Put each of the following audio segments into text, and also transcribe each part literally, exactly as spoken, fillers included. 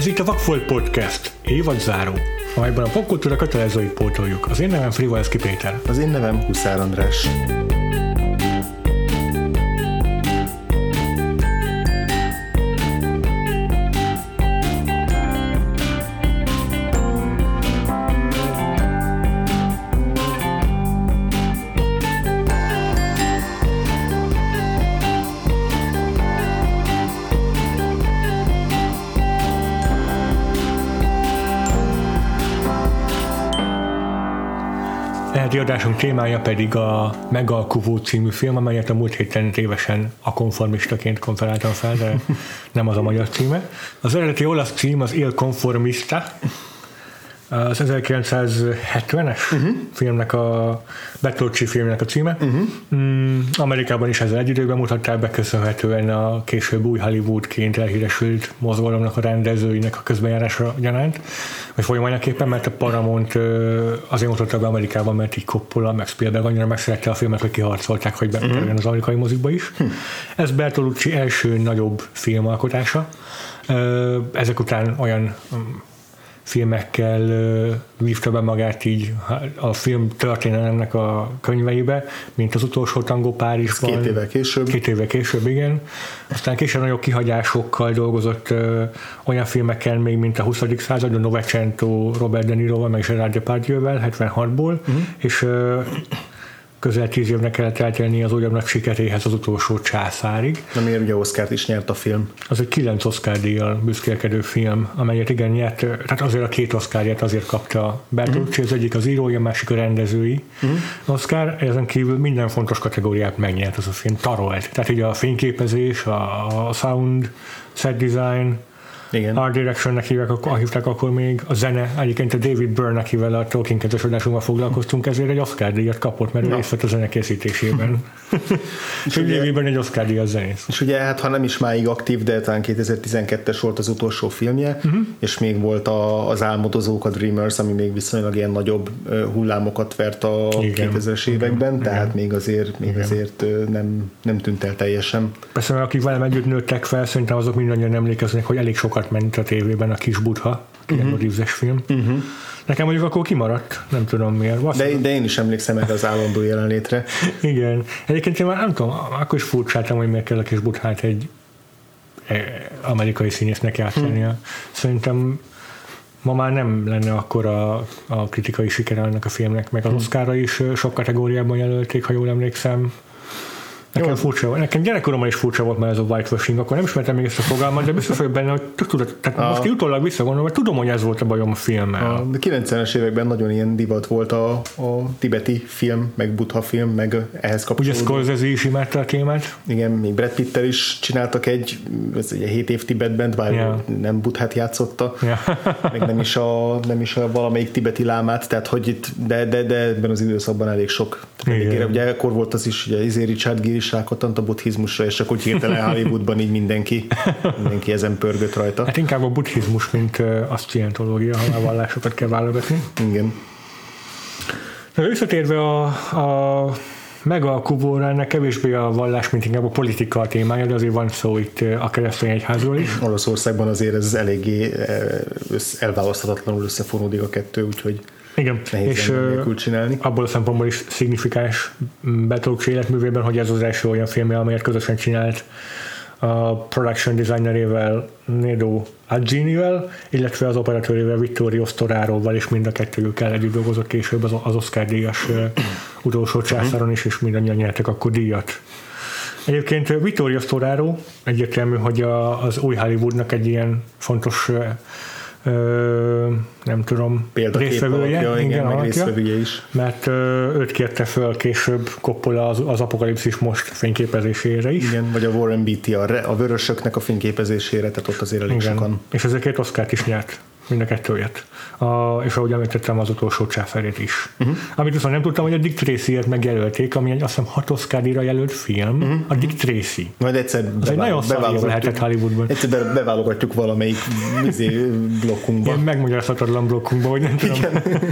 Ez itt a Vakfolt Podcast, évadzáró, amelyben a popkultúra kötelezőit pótoljuk. Az én nevem Frivalszki Péter. Az én nevem Huszár András. Eheti adásunk témája pedig a Megalkuvó című film, amelyet a múlt héten tévesen a konformistaként konferáltam fel, de nem az a magyar címe. Az eredeti olasz cím az Il Conformista, az ezerkilencszázhetvenes uh-huh. filmnek a Bertolucci filmnek a címe. Uh-huh. Mm, Amerikában is ezzel egy időben mutatták be, köszönhetően a később új Hollywoodként elhíresült mozgalomnak a rendezőinek a közbenjárása gyanánt, vagy folyamányaképpen, mert a Paramount azért mutatta be Amerikában, mert így Coppola, meg Spielberg annyira megszerette a filmet, hogy kiharcolták, hogy bekerüljön uh-huh. az amerikai mozikba is. Uh-huh. Ez Bertolucci első nagyobb filmalkotása. Ezek után olyan filmekkel uh, vívta be magát így a film történelemnek a könyveibe, mint az utolsó tangó Párizsban. Két évvel később. Két évvel később, igen. Aztán később nagyobb kihagyásokkal dolgozott uh, olyan filmekkel még, mint a huszadik század, a Novecento, Robert De Niroval, meg Gerard Depardieuvel, hetvenhatból, uh-huh. és uh, közel tíz évnek kellett eltelni az újabb nagy sikeréhez, az utolsó császárig. Amiért ugye Oscart is nyert a film. Az egy kilenc Oscar-díjjal büszkélkedő film, amelyet igen nyert, tehát azért a két Oscarját azért kapta Bertolucci, mm. az egyik az írói, a másik a rendezői mm. Oscar, ezen kívül minden fontos kategóriát megnyert az a film, tarolt. Tehát így a fényképezés, a sound, set design, igen. Art Direction-nek hívják, akkor, hívták akkor még, a zene, egyébként a David Byrne, akivel a Talking Heads adásunkban foglalkoztunk, ezért egy Oscar-díjat kapott, mert ő részt vett a zene készítésében. És ugye évben egy Oscar-díjat zenész. És ugye, hát ha nem is máig aktív, de talán kétezer-tizenkettes volt az utolsó filmje, uh-huh. és még volt a, az Álmodozók, a Dreamers, ami még viszonylag ilyen nagyobb hullámokat vert a igen. kétezres években, igen. tehát igen. még azért, még azért nem, nem tűnt el teljesen. Persze, mert akik velem együtt nőttek fel, szerintem azok mindannyian emlékeznek, hogy elég sokat ment a tévében a Kis Buddha, Keanu uh-huh. Reeves-es film. Uh-huh. Nekem mondjuk akkor kimaradt, nem tudom miért. De, de én is emlékszem erre az állandó jelenlétre. Igen. Egyébként én már nem tudom, akkor is furcsáltam, hogy miért kell a Kis Buddhát egy amerikai színésznek játszania. Hmm. Szerintem ma már nem lenne akkor a, a kritikai sikere ennek a filmnek, meg az Oscarra is sok kategóriában jelölték, ha jól emlékszem. Nekem, furcsa, nekem gyerekkoromban is furcsa volt már ez a whitewashing, akkor nem ismertem még ezt a fogalmat, de biztos vagyok benne, hogy tudod, tehát a, most utólag visszagondolom, mert tudom, hogy ez volt a bajom a filmmel. A kilencvenes években nagyon ilyen divat volt a, a tibeti film, meg Buddha film, meg ehhez kapcsolódó. Ugye Scorsese is imádta a témát. Igen, még Brad Pittel is csináltak egy, ez ugye hét év Tibetben, bár yeah. nem Buddhát játszotta, yeah. meg nem is, a, nem is a valamelyik tibeti lámát, tehát hogy itt, de, de, de ebben az időszakban elég sok. Elég, ugye akkor volt az is, ugye Richard Gere is rákottant a buddhizmusra, és akkor hirtelen Hollywoodban így mindenki, mindenki ezen pörgött rajta. Hát inkább a buddhizmus, mint uh, a scientológia, ha a vallásokat kell válogatni. Igen. Na, visszatérve a, a Megalkuvóra, ennek kevésbé a vallás, mint inkább a politika a témája, de azért van szó itt a keresztény egyházról is. Olaszországban azért ez eléggé elválaszthatatlanul összefonódik a kettő, úgyhogy igen, és csinálni. Abból a szempontból is szignifikáns Bertolucci életművében, hogy ez az első olyan filmje, amelyet közösen csinált a production designerével, Nedo Agginivel, illetve az operatőrével, Vittorio Storaroval, és mind a kettőjükkel együtt dolgozott később az, az Oscar-díjas utolsó császáron is, és mindannyian nyertek akkor díjat. Egyébként Vittorio Storaro egyértelmű, hogy a, az új Hollywoodnak egy ilyen fontos Ö, nem tudom, résztvevője, alakja, igen, igen, meg résztvevője is. Mert ö, őt kérte föl később Coppola az, az Apokalipszis most fényképezésére is. Igen, vagy a Warren Beatty a, a Vörösöknek a fényképezésére, tehát ott azért elég igen. sokan. És ezekért Oscart is nyert, mind a kettőjét. A, és ahogy említettem, az utolsó császárét is. Uh-huh. Amit viszont nem tudtam, hogy a Dick Tracy-ért megjelölték, ami egy azt hiszem hat Oscar-díjra jelölt film, uh-huh. a Dick Tracy. Majd egyszer az egy nagyon szar lehetett Hollywoodban. Egyszer beválogatjuk valamelyik blokkunkba. Ilyen megmagyarázhatatlan blokkunkba, hogy nem tudom.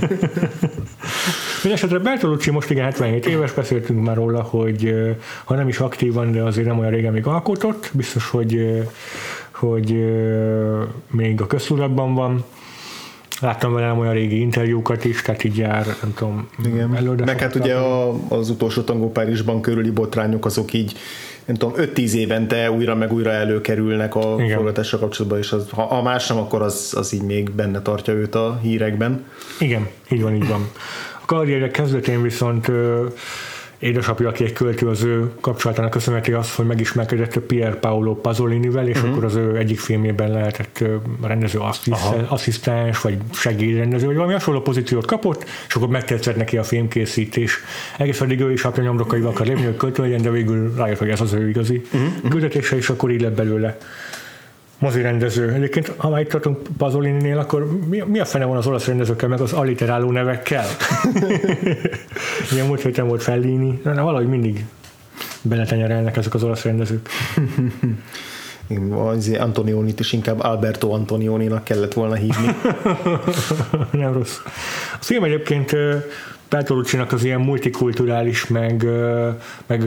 Mindenesetre Bertolucci most igen hetvenhét éves, beszéltünk már róla, hogy ha nem is aktívan, de azért nem olyan régen még alkotott, biztos, hogy hogy euh, még a köztudatban van. Láttam vele olyan régi interjúkat is, tehát így jár, nem tudom, előadások. Meg hát ugye a, az utolsó Tangó Párizsban körüli botrányok, azok így, nem tudom, öt-tíz évente újra meg újra előkerülnek a forgatással kapcsolatban, és az, ha, ha más nem, akkor az, az így még benne tartja őt a hírekben. Igen, így van, így van. A karrierek kezdetén viszont édesapja, aki egy költő, az ő kapcsolatának köszönheti azt, hogy megismerkedett a Pier Paolo Pasolinivel, és uh-huh. akkor az ő egyik filmjében lehetett rendező asszisztens, vagy segédrendező, vagy valami hasonló pozíciót kapott, és akkor megtetszett neki a filmkészítés. Egész addig ő is apja nyomdokaival akar lépni, hogy költő legyen, de végül rájött, hogy ez az ő igazi uh-huh. küldetése, és akkor így lett belőle mozirendező. Egyébként, ha már itt tartunk Pasolininél, akkor mi, mi a fene van az olasz rendezőkkel, meg az alliteráló nevekkel? Ilyen múlt héten volt Fellini, de valahogy mindig beletenyerelnek ezek az olasz rendezők. Az Antonionit is inkább Alberto Antonioninak kellett volna hívni. Nem rossz. A film egyébként Bertoluccinak az ilyen multikulturális, meg, meg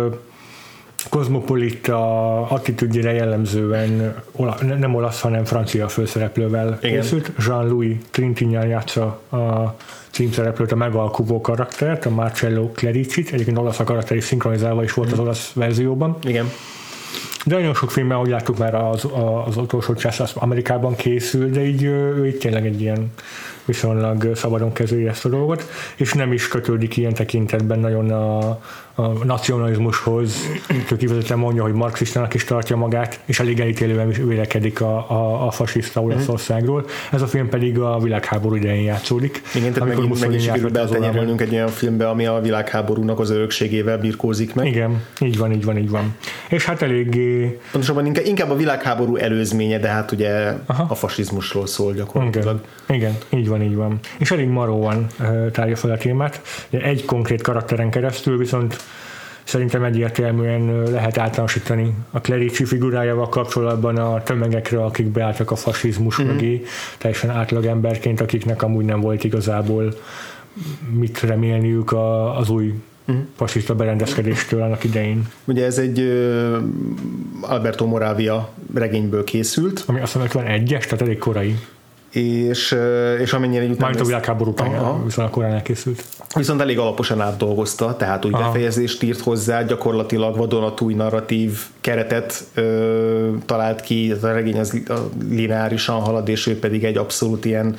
kozmopolita attitűdjére jellemzően ola, nem olasz, hanem francia főszereplővel igen. készült. Jean-Louis Trintignant játsza a címszereplőt, a megalkuvó karaktert, a Marcello Clericit, egyébként olasz a karakter is szinkronizálva is volt mm. az olasz verzióban. Igen. De nagyon sok filmben, ahogy láttuk már az, az utolsó császár Amerikában készül, de így ő így tényleg egy ilyen viszonylag szabadon kezeli ezt a dolgot, és nem is kötődik ilyen tekintetben nagyon a, a nacionalizmushoz, ő kivezetően mondja, hogy marxistának is tartja magát, és elég elítélően is vélekedik a, a, a fasiszta Olaszországról. Ez a film pedig a világháború idején játszódik. Igen, tehát megint meg is sikerült beletenyerülnünk egy olyan filmbe, ami a világháborúnak az örökségével birkózik meg. Igen, így van, így van, így van. És hát eléggé... Pontosabban inkább a világháború előzménye, de hát ugye aha. a fasizmusról szól gyakorlatilag. Igen, igen, így van, így van. És elég maróan uh, tárja fel a témát. Egy konkrét karakteren keresztül, viszont szerintem egyértelműen lehet általánosítani a Clerici figurájával kapcsolatban a tömegekre, akik beálltak a fasizmus mm-hmm. mögé, teljesen átlagemberként, akiknek amúgy nem volt igazából mit remélniük a, az új uh-huh. fasiszta berendezkedéstől annak idején. Ugye ez egy uh, Alberto Moravia regényből készült. Ami azt mondom, ötvenegyes, tehát elég korai. És, és amennyire utána... Mármint a világháború után viszont korán elkészült. Viszont elég alaposan átdolgozta, tehát úgy aha. befejezést írt hozzá, gyakorlatilag vadonatúj narratív keretet ö, talált ki, a regény az lineárisan halad, és ő pedig egy abszolút ilyen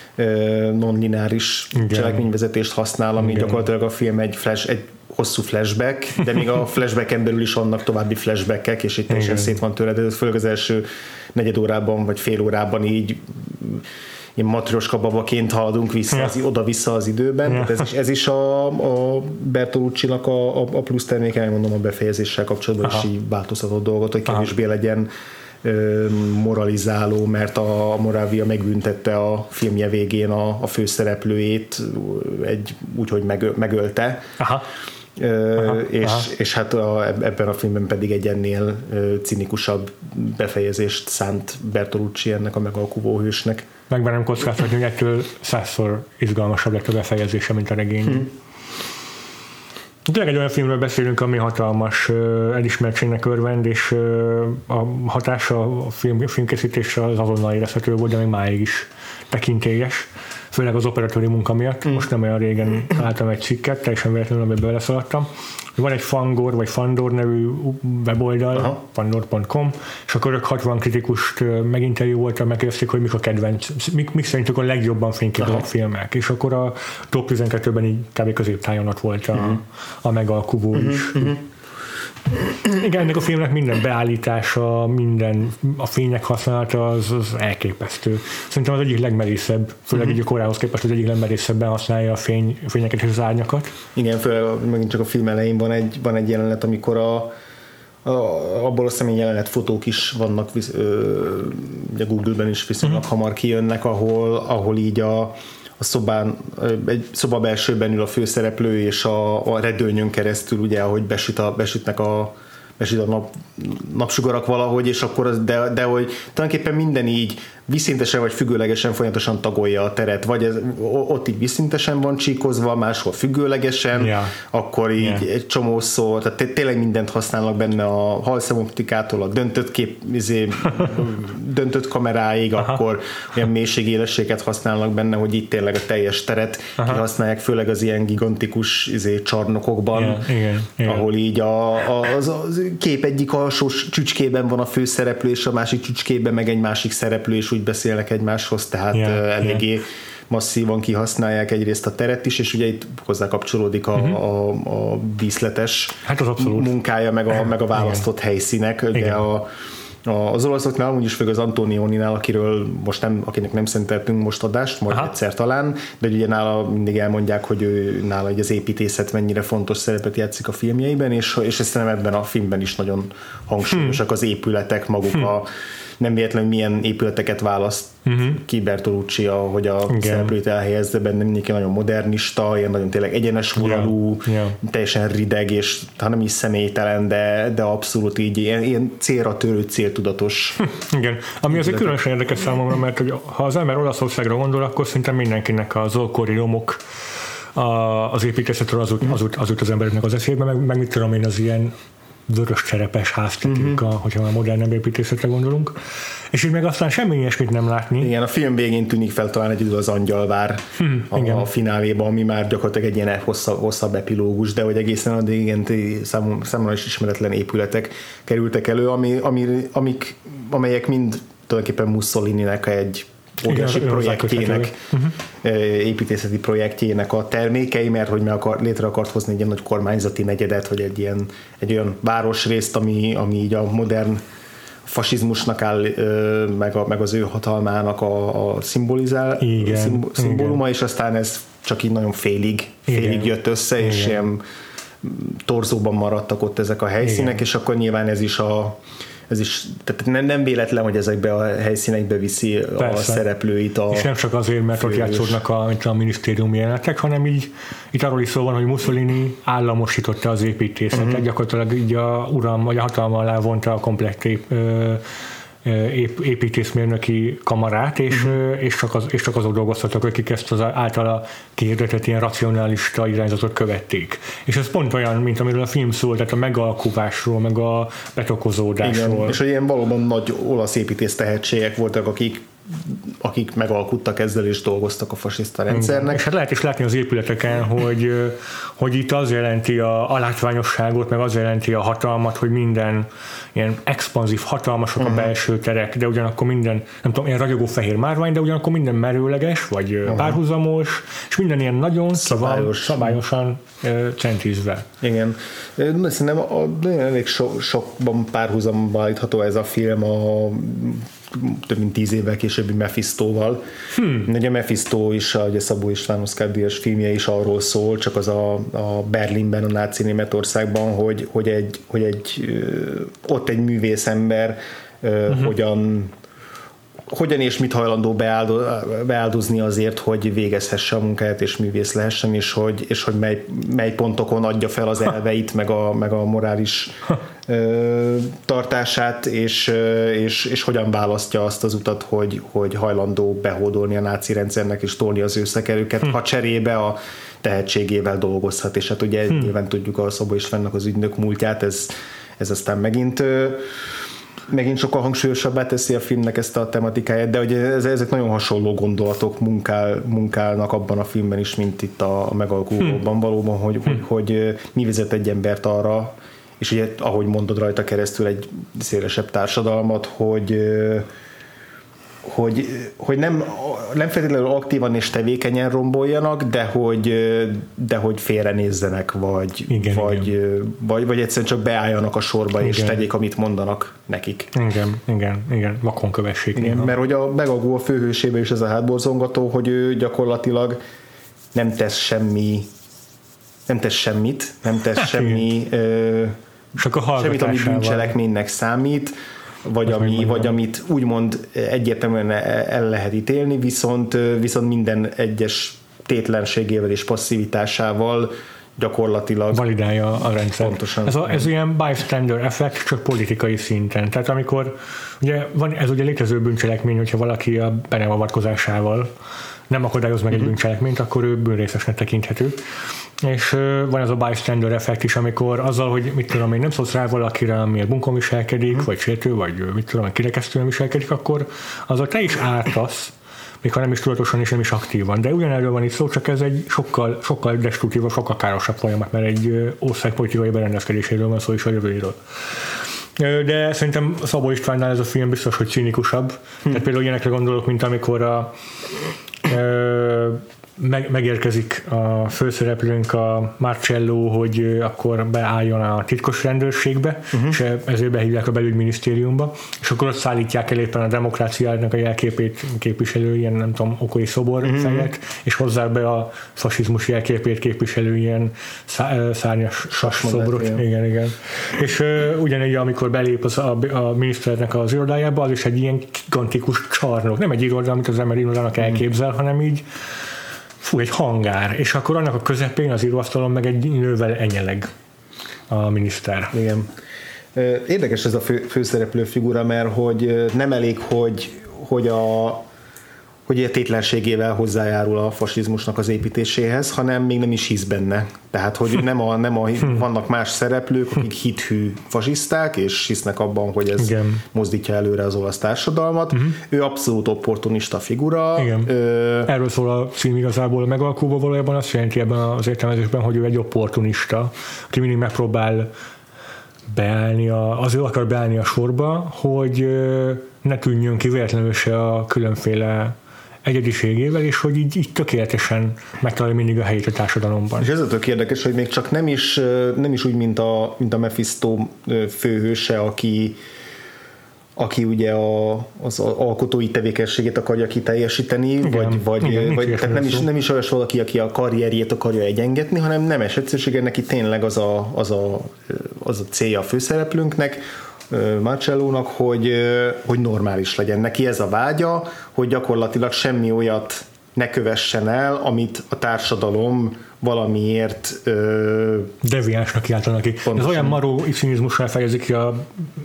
non-lineáris cselekményvezetést használ, ami igen. gyakorlatilag a film egy, flash, egy hosszú flashback, de még a flashbacken belül is vannak további flashbackek, és itt teljesen szét van tőle, de főleg az első negyed órában, vagy fél órában így ilyen matrioska babaként haladunk vissza, az, oda-vissza az időben. Ja. Ez is, ez is a, a Bertolucci-nak a, a plusz terméke, elmondom a befejezéssel kapcsolatban aha. is így változtatott dolgot, hogy kevésbé legyen moralizáló, mert a Moravia megbüntette a filmje végén a, a főszereplőjét egy, úgyhogy megö, megölte. Aha. Aha, és, aha. és hát a, ebben a filmben pedig egy ennél cinikusabb befejezést szánt Bertolucci ennek a megalkuvó hősnek. Meg nem kockáztatni, hogy ettől százszor izgalmasabb lett a befejezése, mint a regény. Hmm. Tényleg egy olyan filmről beszélünk, ami hatalmas uh, elismertségnek örvend, és uh, a hatása a film, filmkészítésre az azonnal érezhető volt, de még máig is tekintélyes, főleg az operatőri munka miatt. Mm. Most nem olyan régen találtam egy cikket, teljesen véletlenül, amiben beleszaladtam. Van egy Fangor vagy Fandor nevű weboldal, aha. fandor pont com, és akkor ők hatvan kritikust meginterjú voltak, megkérdezték, hogy mik a kedvenc, mik, mik szerintük a legjobban fényképezett filmek, és akkor a top tizenkettőben így kb. Középtájon ott volt a, mm. a megalkuvó mm-hmm. is. Mm-hmm. Igen, ennek a filmnek minden beállítása, minden a fények használata az, az elképesztő. Szerintem az egyik legmerészebb, főleg uh-huh. így a korához képest az egyik legmerészebben használja a fény, fényeket és az árnyakat. Igen, főleg megint csak a film elején van egy, van egy jelenet, amikor a, a, abból a személy jelenet fotók is vannak, ö, ugye Google-ben is viszonylag uh-huh. hamar kijönnek, ahol, ahol így a a szobán, egy szoba belsőben ül a főszereplő, és a, a redőnyön keresztül, ugye, ahogy besüt a, besütnek a, besüt a nap, napsugarak valahogy, és akkor az, de, de hogy tulajdonképpen minden így viszintesen vagy függőlegesen folyamatosan tagolja a teret, vagy ez, ott így viszintesen van csíkozva, máshol függőlegesen, yeah. akkor így yeah. egy csomószor, tehát tényleg mindent használnak benne a halszemoptikától a döntött kép, izé, döntött kameráig, aha. akkor olyan mélységélességet használnak benne, hogy itt tényleg a teljes teret aha. kihasználják, főleg az ilyen gigantikus izé, csarnokokban, yeah. igen, igen. ahol így a, a, az, az kép egyik alsó csücskében van a főszereplő, és a másik csücskében meg egy másik szereplő, és úgy beszélnek egymáshoz, tehát yeah, eléggé yeah. masszívan kihasználják egyrészt a teret is, és ugye itt hozzá kapcsolódik a, uh-huh. a, a díszletes hát az munkája, meg a, meg a választott igen. helyszínek. Ugye a, a, az olaszoknál, úgyis főleg az Antonioninál, akiről most nem, akinek nem szenteltünk most adást, majd aha. egyszer talán, de ugye nála mindig elmondják, hogy ő nála az építészet mennyire fontos szerepet játszik a filmjeiben, és, és ezt nem ebben a filmben is nagyon hangsúlyosak az épületek maguk hmm. a nem véletlenül milyen épületeket választ uh-huh. ki Bertolucci, hogy a szereplőt elhelyezze benne, mindenki nagyon modernista, ilyen nagyon tényleg egyenes vonalú, yeah. yeah. teljesen rideg, és ha nem is személytelen, de, de abszolút így ilyen, ilyen célra törő, céltudatos. Igen, ami azért különösen érdekes számomra, mert hogy ha az ember Olaszországra gondol, akkor szinte mindenkinek az ókori romok az építészetről az, az, az, az embereknek az eszébe, meg, meg mit tudom én, az ilyen vörös cserepes háztetők, uh-huh. hogyha a modernebb építészetre gondolunk. És így meg aztán semmi ilyesmit nem látni. Igen, a film végén tűnik fel talán egyedül az Angyalvár hmm, a, a fináléban, ami már gyakorlatilag egy ilyen hosszabb, hosszabb epilógus, de hogy egészen addig igen, számom, számomra is ismeretlen épületek kerültek elő, ami, ami, amik, amelyek mind tulajdonképpen Mussolininek egy óriási projektjének, uh-huh. építészeti projektjének a termékei, mert hogy meg akar, létre akart hozni egy ilyen nagy kormányzati negyedet, vagy egy, ilyen, egy olyan városrészt, ami, ami így a modern fasizmusnak áll, meg, a, meg az ő hatalmának a, a szimbolizál, igen, szimb, szimbóluma, igen. és aztán ez csak így nagyon félig, félig igen. jött össze, igen. és ilyen torzóban maradtak ott ezek a helyszínek, igen. és akkor nyilván ez is a ez is, tehát nem, nem véletlen, hogy ezekbe a helyszínekbe viszi persze. a szereplőit. A és nem csak azért, mert ott játszódnak a, a minisztériumi jelenetek, hanem így itt arról is szó van, hogy Mussolini államosította az építészetet, uh-huh. gyakorlatilag így a uram, vagy a hatalma alá vonta a komplett ép, ö, építészmérnöki kamarát, és, uh-huh. és, csak az, és csak azok dolgoztattak, akik ezt az általa kihirdetett ilyen racionalista irányzatot követték. És ez pont olyan, mint amiről a film szól, tehát a megalkuvásról, meg a betokozódásról. Igen, és hogy ilyen valóban nagy olasz építész tehetségek voltak, akik akik megalkuttak ezzel és dolgoztak a fasiszta rendszernek. És hát lehet is látni az épületeken, hogy, hogy itt az jelenti a, a látványosságot, meg az jelenti a hatalmat, hogy minden ilyen expanzív, hatalmasok uh-huh. a belső terek, de ugyanakkor minden, nem tudom, ilyen ragyogó fehér márvány, de ugyanakkor minden merőleges, vagy uh-huh. párhuzamos, és minden ilyen nagyon szabályos. szabályosan uh, centízve. Igen. Szerintem elég so, sokban párhuzamban állítható ez a film a több mint tíz évvel későbbi Mephistóval. Hmm. Ugye Mephisto is, a Szabó István Oscar-díjas filmje is arról szól, csak az a, a Berlinben, a náci Németországban, hogy, hogy, egy, hogy egy, ott egy művészember uh-huh. hogyan hogyan és mit hajlandó beáldozni azért, hogy végezhesse a munkáját és művész lehessen, és hogy, és hogy mely, mely pontokon adja fel az elveit, meg a, meg a morális ö, tartását, és, és, és hogyan választja azt az utat, hogy, hogy hajlandó behódolni a náci rendszernek és tolni az ő szekerüket, hm. ha cserébe a tehetségével dolgozhat, és hát ugye hm. nyilván tudjuk a Szabó Istvánnak az ügynök múltját, ez, ez aztán megint megint sokkal hangsúlyosabbá teszi a filmnek ezt a tematikáját, de ugye ezek nagyon hasonló gondolatok munkál, munkálnak abban a filmben is, mint itt a megalkulóban hmm. valóban, hogy, hmm. hogy, hogy mi vezet egy embert arra, és ugye ahogy mondod rajta keresztül egy szélesebb társadalmat, hogy hogy, hogy nem, nem feltétlenül aktívan és tevékenyen romboljanak, de hogy, de hogy félrenézzenek, vagy, igen, vagy, igen. vagy, vagy egyszerűen csak beálljanak a sorba, igen. és tegyék, amit mondanak nekik. Igen, igen, igen, vakon kövessék. Igen, mert hogy a Megagó a főhősében is ez a hátborzongató, hogy ő gyakorlatilag nem tesz semmi, nem tesz semmit, nem tesz semmi, ö, semmit, ami bűncselekménynek számít, vagy, ami, vagy amit úgymond egyértelműen el lehet ítélni, viszont, viszont minden egyes tétlenségével és passzivitásával gyakorlatilag validálja a rendszer. Pontosan. Ez, a, ez ilyen bystander effekt, csak politikai szinten. Tehát amikor ugye van, ez ugye létező bűncselekmény, hogyha valaki a be nem avatkozásával nem akadályoz meg uh-huh. egy bűncselekményt, akkor ő bűnrészesnek tekinthető. És uh, van ez a bystander effekt is, amikor azzal, hogy mit tudom én, nem szólsz rá valakire, amiért bunkon viselkedik, uh-huh. vagy sértő, vagy mit tudom én, kirekesztően viselkedik, akkor azzal te is ártasz, még ha nem is tudatosan és nem is aktívan. De ugyanerről van itt szó, csak ez egy sokkal, sokkal destruktívabb, sokkal károsabb folyamat, mert egy ország politikai berendezkedéséről van szó is a jövőjéről. De szerintem Szabó Istvánnál ez a film biztos, hogy cínikusabb. Hmm. Tehát például ilyenekre gondolok, mint amikor a ö, meg, megérkezik a főszereplőnk, a Marcello, hogy akkor beálljon a titkos rendőrségbe, uh-huh. és ezért behívják a belügyminisztériumba, és akkor ott szállítják el éppen a demokráciának a jelképét képviselő ilyen, nem tudom, okoi szobor uh-huh. fejet, és hozzá be a fasizmus jelképét képviselő ilyen szá- szárnyas sas szobrot. Igen, igen. És uh, ugyanígy, amikor belép az a, a miniszternek az irodájába, az is egy ilyen gigantikus csarnok. Nem egy iroda, amit az ember irodának elképzel, uh-huh. hanem így fú, egy hangár, és akkor annak a közepén az íróasztalon meg egy nővel enyeleg a miniszter. Igen. Érdekes ez a fő, főszereplő figura, mert hogy nem elég, hogy, hogy a hogy a tétlenségével hozzájárul a fasizmusnak az építéséhez, hanem még nem is hisz benne. Tehát, hogy nem a, nem a, vannak más szereplők, akik hithű fasiszták, és hisznek abban, hogy ez igen. mozdítja előre az olasz társadalmat. Uh-huh. Ő abszolút opportunista figura. Igen. Ö... Erről szól a cím igazából a megalkóba, valójában azt jelenti ebben az értelmezésben, hogy ő egy opportunista, aki mindig megpróbál beállni a, az ő akar beállni a sorba, hogy ne tűnjön ki véletlenül se a különféle egyediségével, és hogy így, így tökéletesen megtalálja mindig a helyét a társadalomban. És ez a tök érdekes, hogy még csak nem is, nem is úgy, mint a, mint a Mephisto főhőse, aki, aki ugye a, az alkotói tevékenységét akarja kiteljesíteni, igen, vagy, vagy, igen, vagy tehát nem is, nem is olyas valaki, aki a karrierjét akarja egyengetni, hanem nemes egyszerűséggel neki tényleg az a, az, a, az a célja a főszereplőnknek, Marcellónak, hogy, hogy normális legyen. Neki ez a vágya, hogy gyakorlatilag semmi olyat ne kövessen el, amit a társadalom valamiért ö... deviánsnak kiáltanak ki. Ez olyan maró cinizmussal fejezi ki a,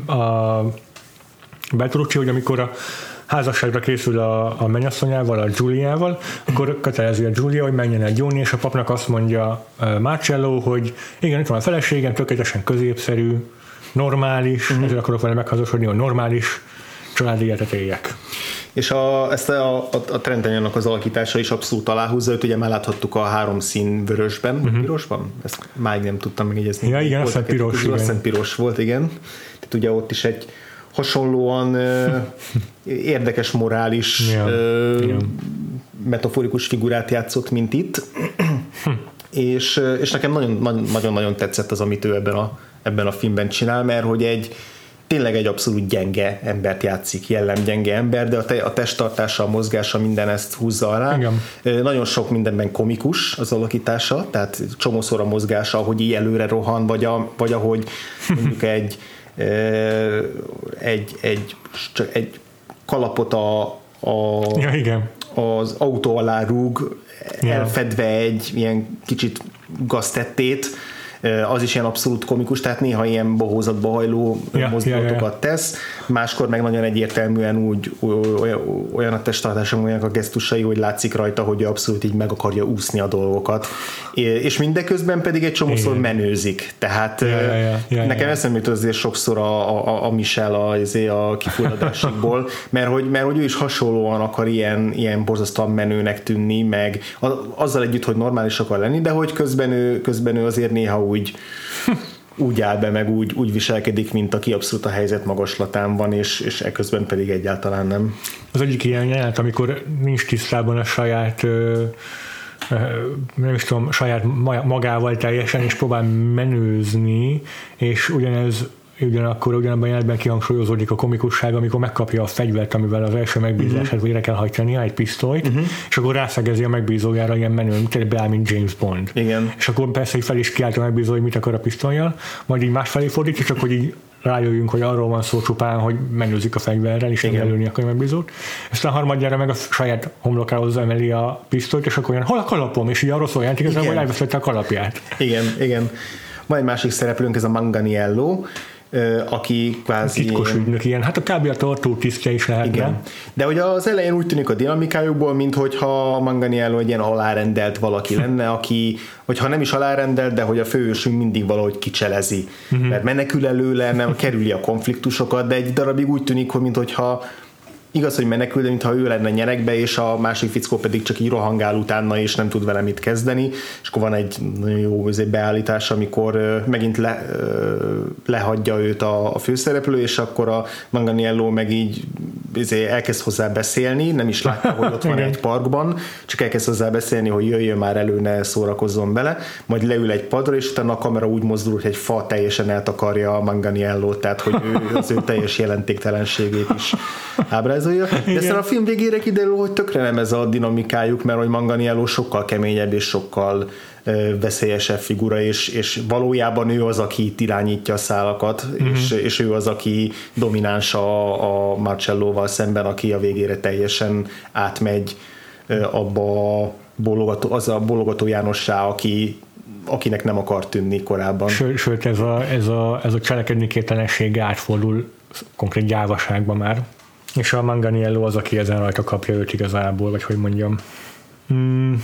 a Bertolucci, hogy amikor a házasságra készül a, a mennyasszonyával, a Giuliával, akkor kötelezi a Giulia, hogy menjen egy jóni, és a papnak azt mondja Marcello, hogy igen, itt van a feleségem, tökéletesen középszerű, normális, uh-huh. ezért akarok vele megházasodni, hogy normális családi életet éljek. És a, ezt a, a, a Trentenyának az alakítása is abszolút aláhúzza, őt ugye már láthattuk a három szín vörösben, uh-huh. pirosban? Ezt máig nem tudtam megjegyezni. Ja, igen, azt piros, igen. Azt piros volt, igen. Tehát ugye ott is egy hasonlóan uh, érdekes, morális, ja, uh, metaforikus figurát játszott, mint itt. hm. és, és nekem nagyon-nagyon tetszett az, amit ő ebben a ebben a filmben csinál, mert hogy egy tényleg egy abszolút gyenge embert játszik, jellemgyenge ember, de a, te, a testtartása, a mozgása, minden ezt húzza alá. Igen. Nagyon sok mindenben komikus az alakítása, tehát csomószor a mozgása, ahogy így előre rohan, vagy, a, vagy ahogy mondjuk egy, egy, egy, egy kalapot a, a, ja, igen. az autó alá rúg, ja. elfedve egy ilyen kicsit gaztettét, az is ilyen abszolút komikus, tehát néha ilyen bohózatba hajló ja, mozdulatokat ja, ja. tesz, máskor meg nagyon egyértelműen úgy olyan, olyan a testtartása, olyan a gesztusai, hogy látszik rajta, hogy abszolút így meg akarja úszni a dolgokat. És mindeközben pedig egy csomószor menőzik. Tehát ja, ja, ja, ja, nekem ja. eszembe jut azért sokszor a, a, a Michel a, a kifulladásikból, mert hogy, mert hogy ő is hasonlóan akar ilyen, ilyen borzasztóan menőnek tűnni, meg azzal együtt, hogy normális akar lenni, de hogy közben ő, közben ő azért néha úgy, úgy áll be, meg úgy, úgy viselkedik, mint aki abszolút a helyzet magaslatán van, és, és eközben pedig egyáltalán nem. Az egyik ilyen jelenet, amikor nincs tisztában a saját ö, ö, nem is tudom, saját magával teljesen, és próbál menőzni, és ugyanez ugyanakkor ugyanabban jelenetben kihangsúlyozódik a komikusság, amikor megkapja a fegyvert, amivel az első megbízását uh-huh. végre kell hajtania, egy pisztolyt, uh-huh. és akkor rászegezi a megbízójára ilyen menőn, tényleg beáll, mint James Bond. Igen. És akkor persze így fel is kiállt a megbízó, hogy mit akar a pisztollyal, majd így másfelé fordítja, csak hogy így rájöjjünk, hogy arról van szó csupán, hogy menőzik a fegyverrel, és nem előni a könyvmegbízót. Aztán harmadjára meg a saját homlokához emeli a pisztolyt, és akkor olyan, hol a kalapom? És így arról szól jelent igazából, hogy elvesztette a kalapját. Igen, igen. Van egy másik szereplőnk, ez a Manganiello, aki kvázi... Titkos ügynök, ilyen, hát a kb. A tartó tisztje is lehetne. Igen. De ugye az elején úgy tűnik a dinamikájukból, minthogyha Manganiello egy ilyen alárendelt valaki lenne, aki, hogyha nem is alárendelt, de hogy a főhősünk mindig valahogy kicselezi. Uh-huh. Mert menekül előle, nem kerüli a konfliktusokat, de egy darabig úgy tűnik, hogy minthogyha igaz, hogy menekül, de mintha ő lenne nyerekbe, és a másik fickó pedig csak így rohangál utána, és nem tud vele mit kezdeni, és akkor van egy nagyon jó beállítás, amikor megint le, lehagyja őt a, a főszereplő, és akkor a Manganiello meg így elkezd hozzá beszélni, nem is látja, hogy ott van egy parkban, csak elkezd hozzá beszélni, hogy jöjjön már elő, ne szórakozzon bele, majd leül egy padra, és utána a kamera úgy mozdul, hogy egy fa teljesen eltakarja a Manganiellót, tehát hogy ő, az ő teljes jelentéktelenségét is ábrázolja. De aztán a film végére kiderül, hogy tökre nem ez a dinamikájuk, mert hogy Manganiello sokkal keményebb és sokkal ö, veszélyesebb figura, és, és valójában ő az, aki irányítja a szálakat, uh-huh. és, és ő az, aki domináns a, a Marcellóval szemben, aki a végére teljesen átmegy ö, abba a bólogató, az a bólogató Jánossá, aki akinek nem akar tűnni korábban. Sőt, sőt ez, a, ez, a, ez a cselekedni képtelensége átfordul konkrét gyávaságba már. És a Manganiello az, aki ezen rajta kapja őt igazából, vagy hogy mondjam. Mm.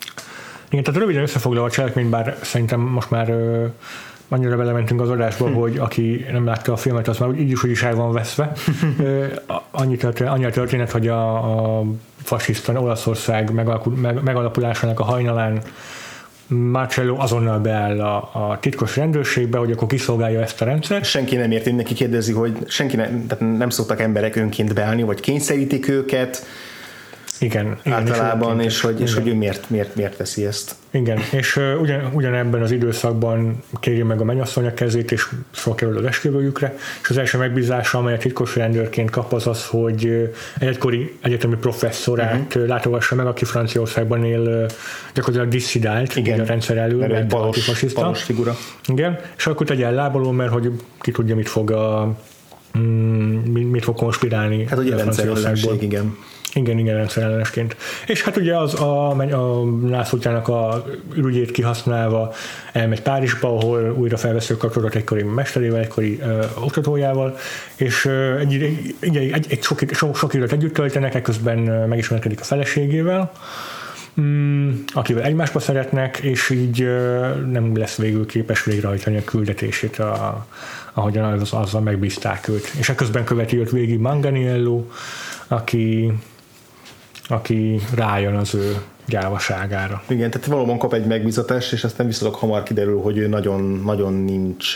Igen, tehát röviden összefoglalva a cselekményt, bár szerintem most már ö, annyira belementünk az adásba, hm. hogy aki nem látta a filmet, az már így is, hogy is el van veszve. ö, annyi, történet, annyi a történet, hogy a, a fasiszta Olaszország megalakul, meg, megalapulásának a hajnalán Marcello azonnal beáll a, a titkos rendőrségbe, hogy akkor kiszolgálja ezt a rendszert. Senki nem érti, neki kérdezi, hogy senki nem, tehát nem szoktak emberek önként beállni, vagy kényszerítik őket. Igen. Általában, igen, és, hogy, és hogy ő miért, miért, miért teszi ezt. Igen, és uh, ugyan, ugyanebben az időszakban kéri meg a mennyasszony a kezét, és sor kerül az esküvőjükre, és az első megbízása, amelyet titkos rendőrként kap, az az, hogy uh, egy egykori egyetemi professzorát uh-huh. látogassa meg, aki Franciaországban él, uh, gyakorlatilag disszidált a rendszer elől, mert egy balos, balos figura. Igen, és akkor tegye el lábaló, mert hogy ki tudja, mit fog a, mm, mit fog konspirálni. Hát ugye a rendszerellenesség, igen. Igen, igen, rendszerellenesként. És hát ugye az a, a Nászlótyának a ürügyét kihasználva elmegy Párizsba, ahol újra felveszi a kapcsolatot egykori mesterével, egykori uh, oktatójával, és uh, egy, egy, egy, egy sok, sok, sok időt együtt töltenek, ekközben uh, megismerkedik a feleségével, um, akivel egymásba szeretnek, és így uh, nem lesz végül képes végrehajtani a küldetését, a, ahogyan az, azzal megbízták őt. És ekközben követi őt végig Manganiello, aki aki rájön az ő gyávaságára. Igen, tehát valóban kap egy megbízatást, és aztán viszonylag hamar kiderül, hogy ő nagyon, nagyon nincs...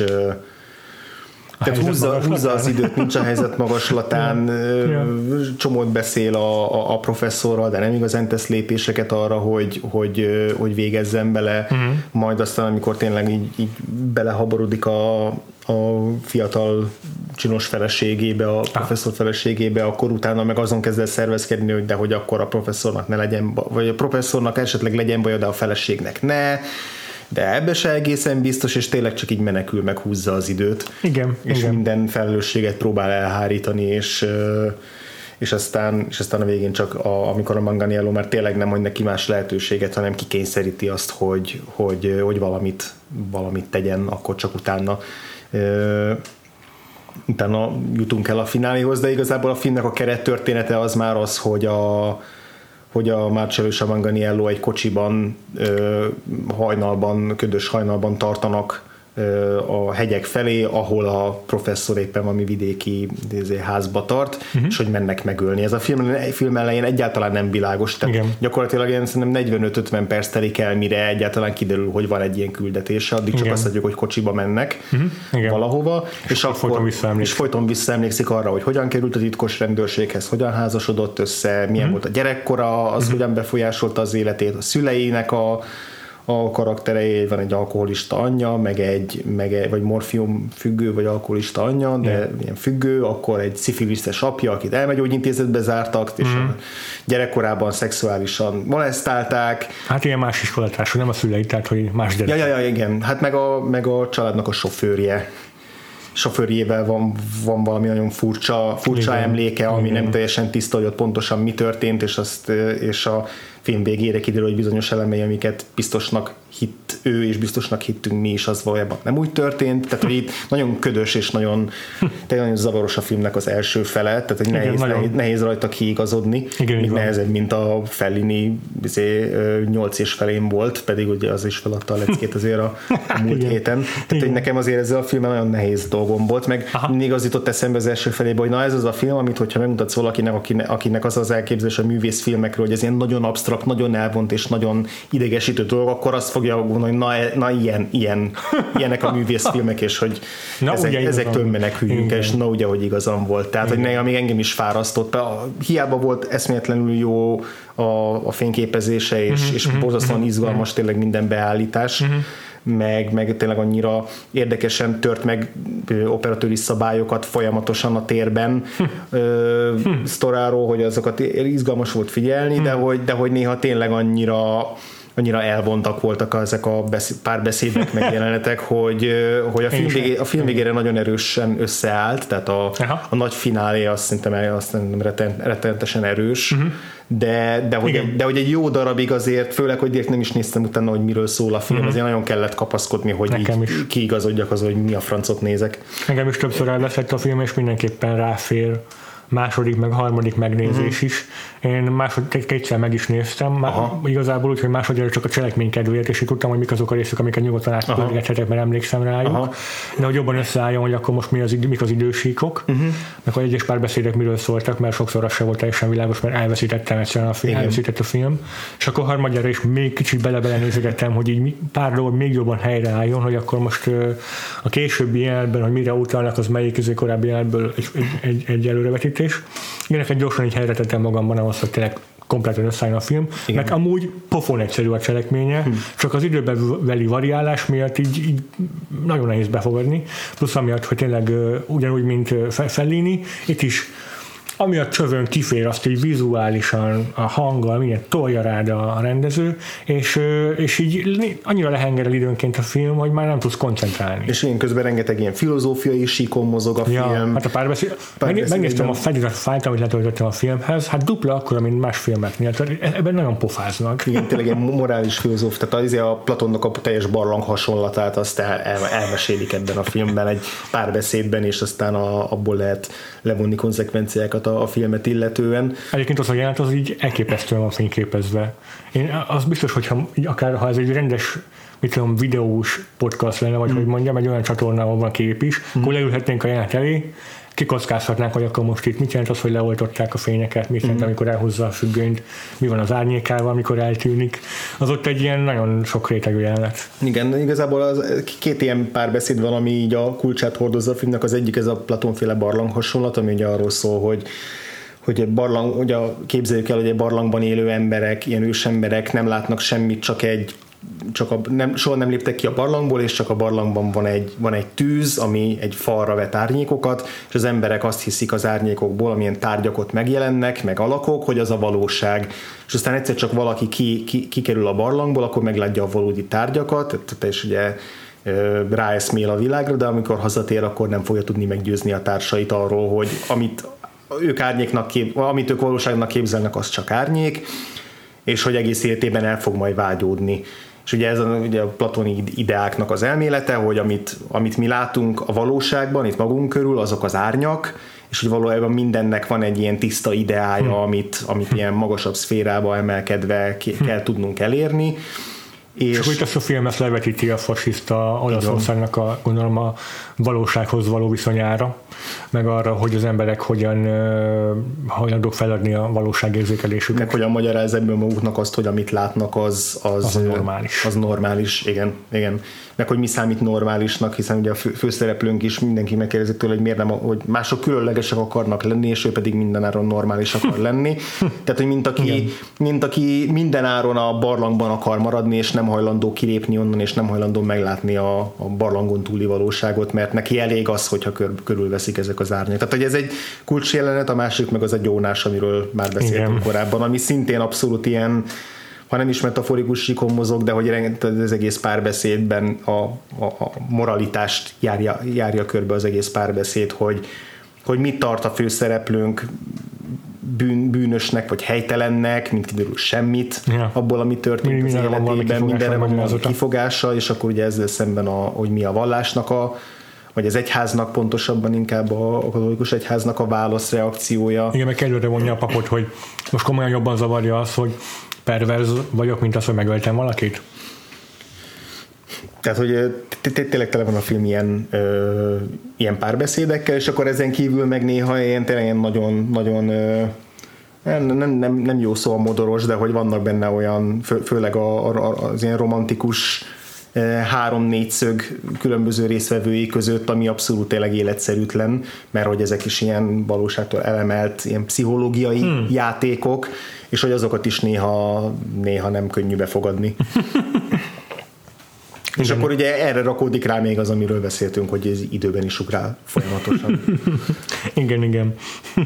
Tehát húzza, húzza az időt, nincs a helyzet magaslatán, ja. Csomót beszél a, a, a professzorral, de nem igazán tesz lépéseket arra, hogy, hogy, hogy végezzen bele, uh-huh. majd aztán, amikor tényleg így, így belehaborodik a, a fiatal csinos feleségébe, a professzor feleségébe, akkor utána meg azon kezd el szervezkedni, hogy de hogy akkor a professzornak ne legyen, vagy a professzornak esetleg legyen baja, de a feleségnek ne, de ebbe se egészen biztos, és tényleg csak így menekül, meg húzza az időt. Igen. És igen. minden felelősséget próbál elhárítani, és, és, aztán, és aztán a végén csak a, amikor a Manganiello már tényleg nem hagy neki más lehetőséget, hanem kikényszeríti azt, hogy, hogy, hogy valamit, valamit tegyen, akkor csak utána utána jutunk el a fináléhoz, de igazából a filmnek a kerettörténete az már az, hogy a hogy a Marcello és a Manganiello egy kocsiban ö, hajnalban, ködös hajnalban tartanak ö, a hegyek felé, ahol a professzor éppen valami vidéki házba tart, uh-huh. és hogy mennek megölni. Ez a film, film elején egyáltalán nem világos, tehát Igen. gyakorlatilag én szerintem negyvenöt-ötven perc telik el, mire egyáltalán kiderül, hogy van egy ilyen küldetése, addig csak Igen. azt adjuk, hogy kocsiba mennek uh-huh. valahova, és, és, akkor, folyton és folyton visszaemlékszik arra, hogy hogyan került a titkos rendőrséghez, hogyan házasodott össze, milyen uh-huh. volt a gyerekkora, az uh-huh. hogyan befolyásolta az életét, a szüleinek a a karakterei, van egy alkoholista anyja, meg egy, meg egy vagy morfium függő, vagy alkoholista anyja, de yeah. ilyen függő, akkor egy szifilisztes apja, akit elmegyógyintézetbe zártak, és mm. gyerekkorában szexuálisan molesztálták. Hát ilyen más iskolatársa, nem a szülei, tehát hogy más gyerek. Ja, ja, ja, igen. Hát meg a, meg a családnak a sofőrje. sofőrjével van, van valami nagyon furcsa, furcsa igen, emléke, ami igen. nem teljesen tiszta, hogy ott pontosan mi történt, és, azt, és a film végére kiderül, hogy bizonyos elemei, amiket biztosnak hitt ő, és biztosnak hittünk mi is, az valójában nem úgy történt. Tehát, hogy itt nagyon ködös, és nagyon, nagyon zavaros a filmnek az első fele, tehát, hogy nehéz, igen, nehéz, nehéz rajta kiigazodni, igen, még nehezebb, mint a Fellini nyolc és felén volt, pedig ugye az is feladta a leckét azért a, a múlt igen. héten. Tehát, hogy nekem azért ezzel a filmmel nagyon nehéz dolgom volt, meg aha. mindig az jutott eszembe az első felébe, hogy na ez az a film, amit hogyha megmutatsz valakinek, akinek, akinek az az elképzelés a művészfilmekről, hogy ez ilyen nagyon absztrakt, nagyon elvont és nagyon idegesítő dolog, akkor azt fogja gondolni, na, na ilyen, ilyen, ilyenek a művészfilmek, és hogy na, ezek, ezek tömmenek hülyünk, és na ugye, hogy igazam volt. Tehát, igen. hogy ne, még engem is fárasztott. Hiába volt eszméletlenül jó a, a fényképezése, és, uh-huh, és uh-huh, borzasztóan uh-huh, izgalmas uh-huh. tényleg minden beállítás, uh-huh. meg, meg tényleg annyira érdekesen tört meg ö, operatőri szabályokat folyamatosan a térben ö, hm. sztoráról, hogy azokat izgalmas volt figyelni, hm. de, hogy, de hogy néha tényleg annyira annyira elvontak voltak ezek a beszéd, párbeszédek, meg jelenetek, hogy, hogy a, film végé, a film végére nagyon erősen összeállt, tehát a, a nagy finálé azt szerintem, azt szerintem reten, rettenetesen erős, uh-huh. de, de, hogy egy, de hogy egy jó darabig azért, főleg, hogy direkt nem is néztem utána, hogy miről szól a film, uh-huh. azért nagyon kellett kapaszkodni, hogy nekem így is kiigazodjak az, hogy mi a francot nézek. Nekem is többször elveszett a film, és mindenképpen ráfér második, meg harmadik megnézés uh-huh. is. Én másod, kétszer meg is néztem, már igazából úgy, hogy másodjára csak a cselekmény kedvéért, és így tudtam, hogy mik azok a részek, amiket nyugodtan átpörgethetek, mert emlékszem rájuk. Aha. De hogy jobban összeálljon, hogy akkor most mi az, mik az idősíkok, uh-huh. meg hogy egyes párbeszédek miről szóltak, mert sokszor az sem volt teljesen világos, mert elveszítettem egyszerűen a film, elveszített a film, és akkor harmadjára is még kicsit bele-bele nézegettem, hogy így pár dolog még jobban helyreálljon, hogy akkor most a későbbi jelenetben, hogy mire utalnak, az melyik közé korábbi jelenetből egy, egy, egy, egy előrevetítés. Igen, neked gyorsan így helyre tettem magamban ahhoz, hogy tényleg kompletten összeálljon a film, igen. meg amúgy pofon egyszerű a cselekménye, hm. csak az időbeli variálás miatt így, így nagyon nehéz befogadni, plusz amiatt, hogy tényleg ugyanúgy, mint Fellini, itt is amiatt csövön kifér azt így vizuálisan, a hanggal, milyen tolja rád a rendező, és, és így annyira lehengerel időnként a film, hogy már nem tudsz koncentrálni. És én közben rengeteg ilyen filozófiai síkon mozog a ja, film. Hát a párbeszéd, párbeszéd megnéztem a feliratfájlt, amit letöltöttem a filmhez, hát dupla akkora, mint más filmeknél, ebben nagyon pofáznak. Igen, tényleg egy morális filozóf, tehát az, a Platonnak a teljes barlang hasonlatát azt el, el, elmesélik ebben a filmben egy párbeszédben, és aztán a, abból lehet levonni konzekvenciákat a filmet illetően. Egyébként az a jelent, az így elképesztően van fényképezve. Én az biztos, hogyha akár ha ez egy rendes, mit tudom, videós podcast lenne, vagy mm. hogy mondjam, egy olyan csatornában van kép is, mm. akkor leülhetnénk a jelent elé, kikockázhatnánk, hogy akkor most itt mit jelent az, hogy leoltották a fényeket, mit jelent, mm. amikor elhozza a függönyt, mi van az árnyékával, amikor eltűnik. Az ott egy ilyen nagyon sok rétegű jelenet. Igen, igazából az, két ilyen párbeszéd van, ami így a kulcsát hordozza a filmnek. Az egyik ez a Platonféle barlang hasonlat, ami ugye arról szól, hogy hogy egy barlang, ugye képzeljük el, hogy egy barlangban élő emberek, ilyen ősemberek nem látnak semmit, csak egy csak a, nem, soha nem léptek ki a barlangból, és csak a barlangban van egy, van egy tűz, ami egy falra vet árnyékokat, és az emberek azt hiszik az árnyékokból, amilyen tárgyak megjelennek, meg alakok, hogy az a valóság. És aztán egyszer csak valaki ki, ki, kikerül a barlangból, akkor meglátja a valódi tárgyakat, és ugye ráeszmél a világra, de amikor hazatér, akkor nem fogja tudni meggyőzni a társait arról, hogy amit ők árnyéknak kép, amit ők valóságnak képzelnek, az csak árnyék, és hogy egész életében el fog majd vágyódni. És ugye ez a, ugye a platoni ideáknak az elmélete, hogy amit, amit mi látunk a valóságban, itt magunk körül, azok az árnyak, és hogy valójában mindennek van egy ilyen tiszta ideája, hm. amit, amit ilyen magasabb szférába emelkedve hm. kell tudnunk elérni. És akkor itt ezt a film ezt levetíti a fasiszta Olaszországnak a, gondolom, a valósághoz való viszonyára, meg arra, hogy az emberek hogyan uh, hajlandók feladni a valóságérzékelésüket. Meg hogyan magyaráz ebből maguknak azt, hogy amit látnak, az, az, az normális. Az normális, igen, igen. Meg hogy mi számít normálisnak, hiszen ugye a fő, főszereplőnk is mindenki megkérdezik tőle, hogy miért nem, hogy mások különlegesek akarnak lenni, és ő pedig mindenáron normális akar lenni. Tehát, hogy mint aki, mint aki mindenáron a barlangban akar maradni, és nem hajlandó kilépni onnan, és nem hajlandó meglátni a, a barlangon túli valóságot, mert neki elég az, hogyha kör, körülveszik ezek az árnyak. Tehát, hogy ez egy kulcsjelenet, a másik meg az a gyónás, amiről már beszéltünk igen. korábban, ami szintén abszolút ilyen ha nem is metaforikus síkon mozog, de hogy az egész párbeszédben a, a, a moralitást járja, járja körbe az egész párbeszéd, hogy, hogy mit tart a főszereplőnk bűn, bűnösnek, vagy helytelennek, mint kiderül semmit ja. abból, ami történt mi, az életében, mindenre van a kifogása, és akkor ugye ezzel szemben, a, hogy mi a vallásnak a vagy az egyháznak, pontosabban inkább a, a katolikus egyháznak a válaszreakciója. Igen, meg előre vonja a papot, hogy most komolyan jobban zavarja az, hogy perverz vagyok, mint az, hogy megöltem valakit. Tehát, hogy tényleg tele van a film ilyen, ö, ilyen párbeszédekkel, és akkor ezen kívül meg néha ilyen tényleg nagyon, nagyon ö, nem, nem, nem, nem jó szó a modoros, de hogy vannak benne olyan, fő, főleg a, a, az ilyen romantikus három-négyszög különböző részvevői között, ami abszolút tényleg életszerűtlen, mert hogy ezek is ilyen valóságtól elemelt, ilyen pszichológiai hmm. játékok, és hogy azokat is néha, néha nem könnyű befogadni. És akkor ugye erre rakódik rá még az, amiről beszéltünk, hogy ez időben is ugrál folyamatosan. igen, igen.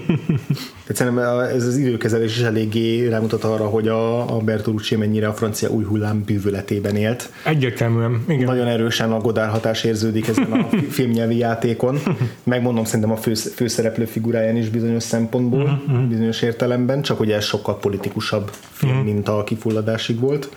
Tehát szerintem ez az időkezelés is eléggé rámutat arra, hogy a, a Bertolucci mennyire a francia új hullám bűvöletében élt. Egyértelműen, igen. Nagyon erősen a Godard hatás érződik ezen a filmnyelvi játékon. Megmondom, szerintem a fő, főszereplő figuráján is bizonyos szempontból, uh-huh. bizonyos értelemben, csak hogy ez sokkal politikusabb film, uh-huh. mint a Kifulladásig volt.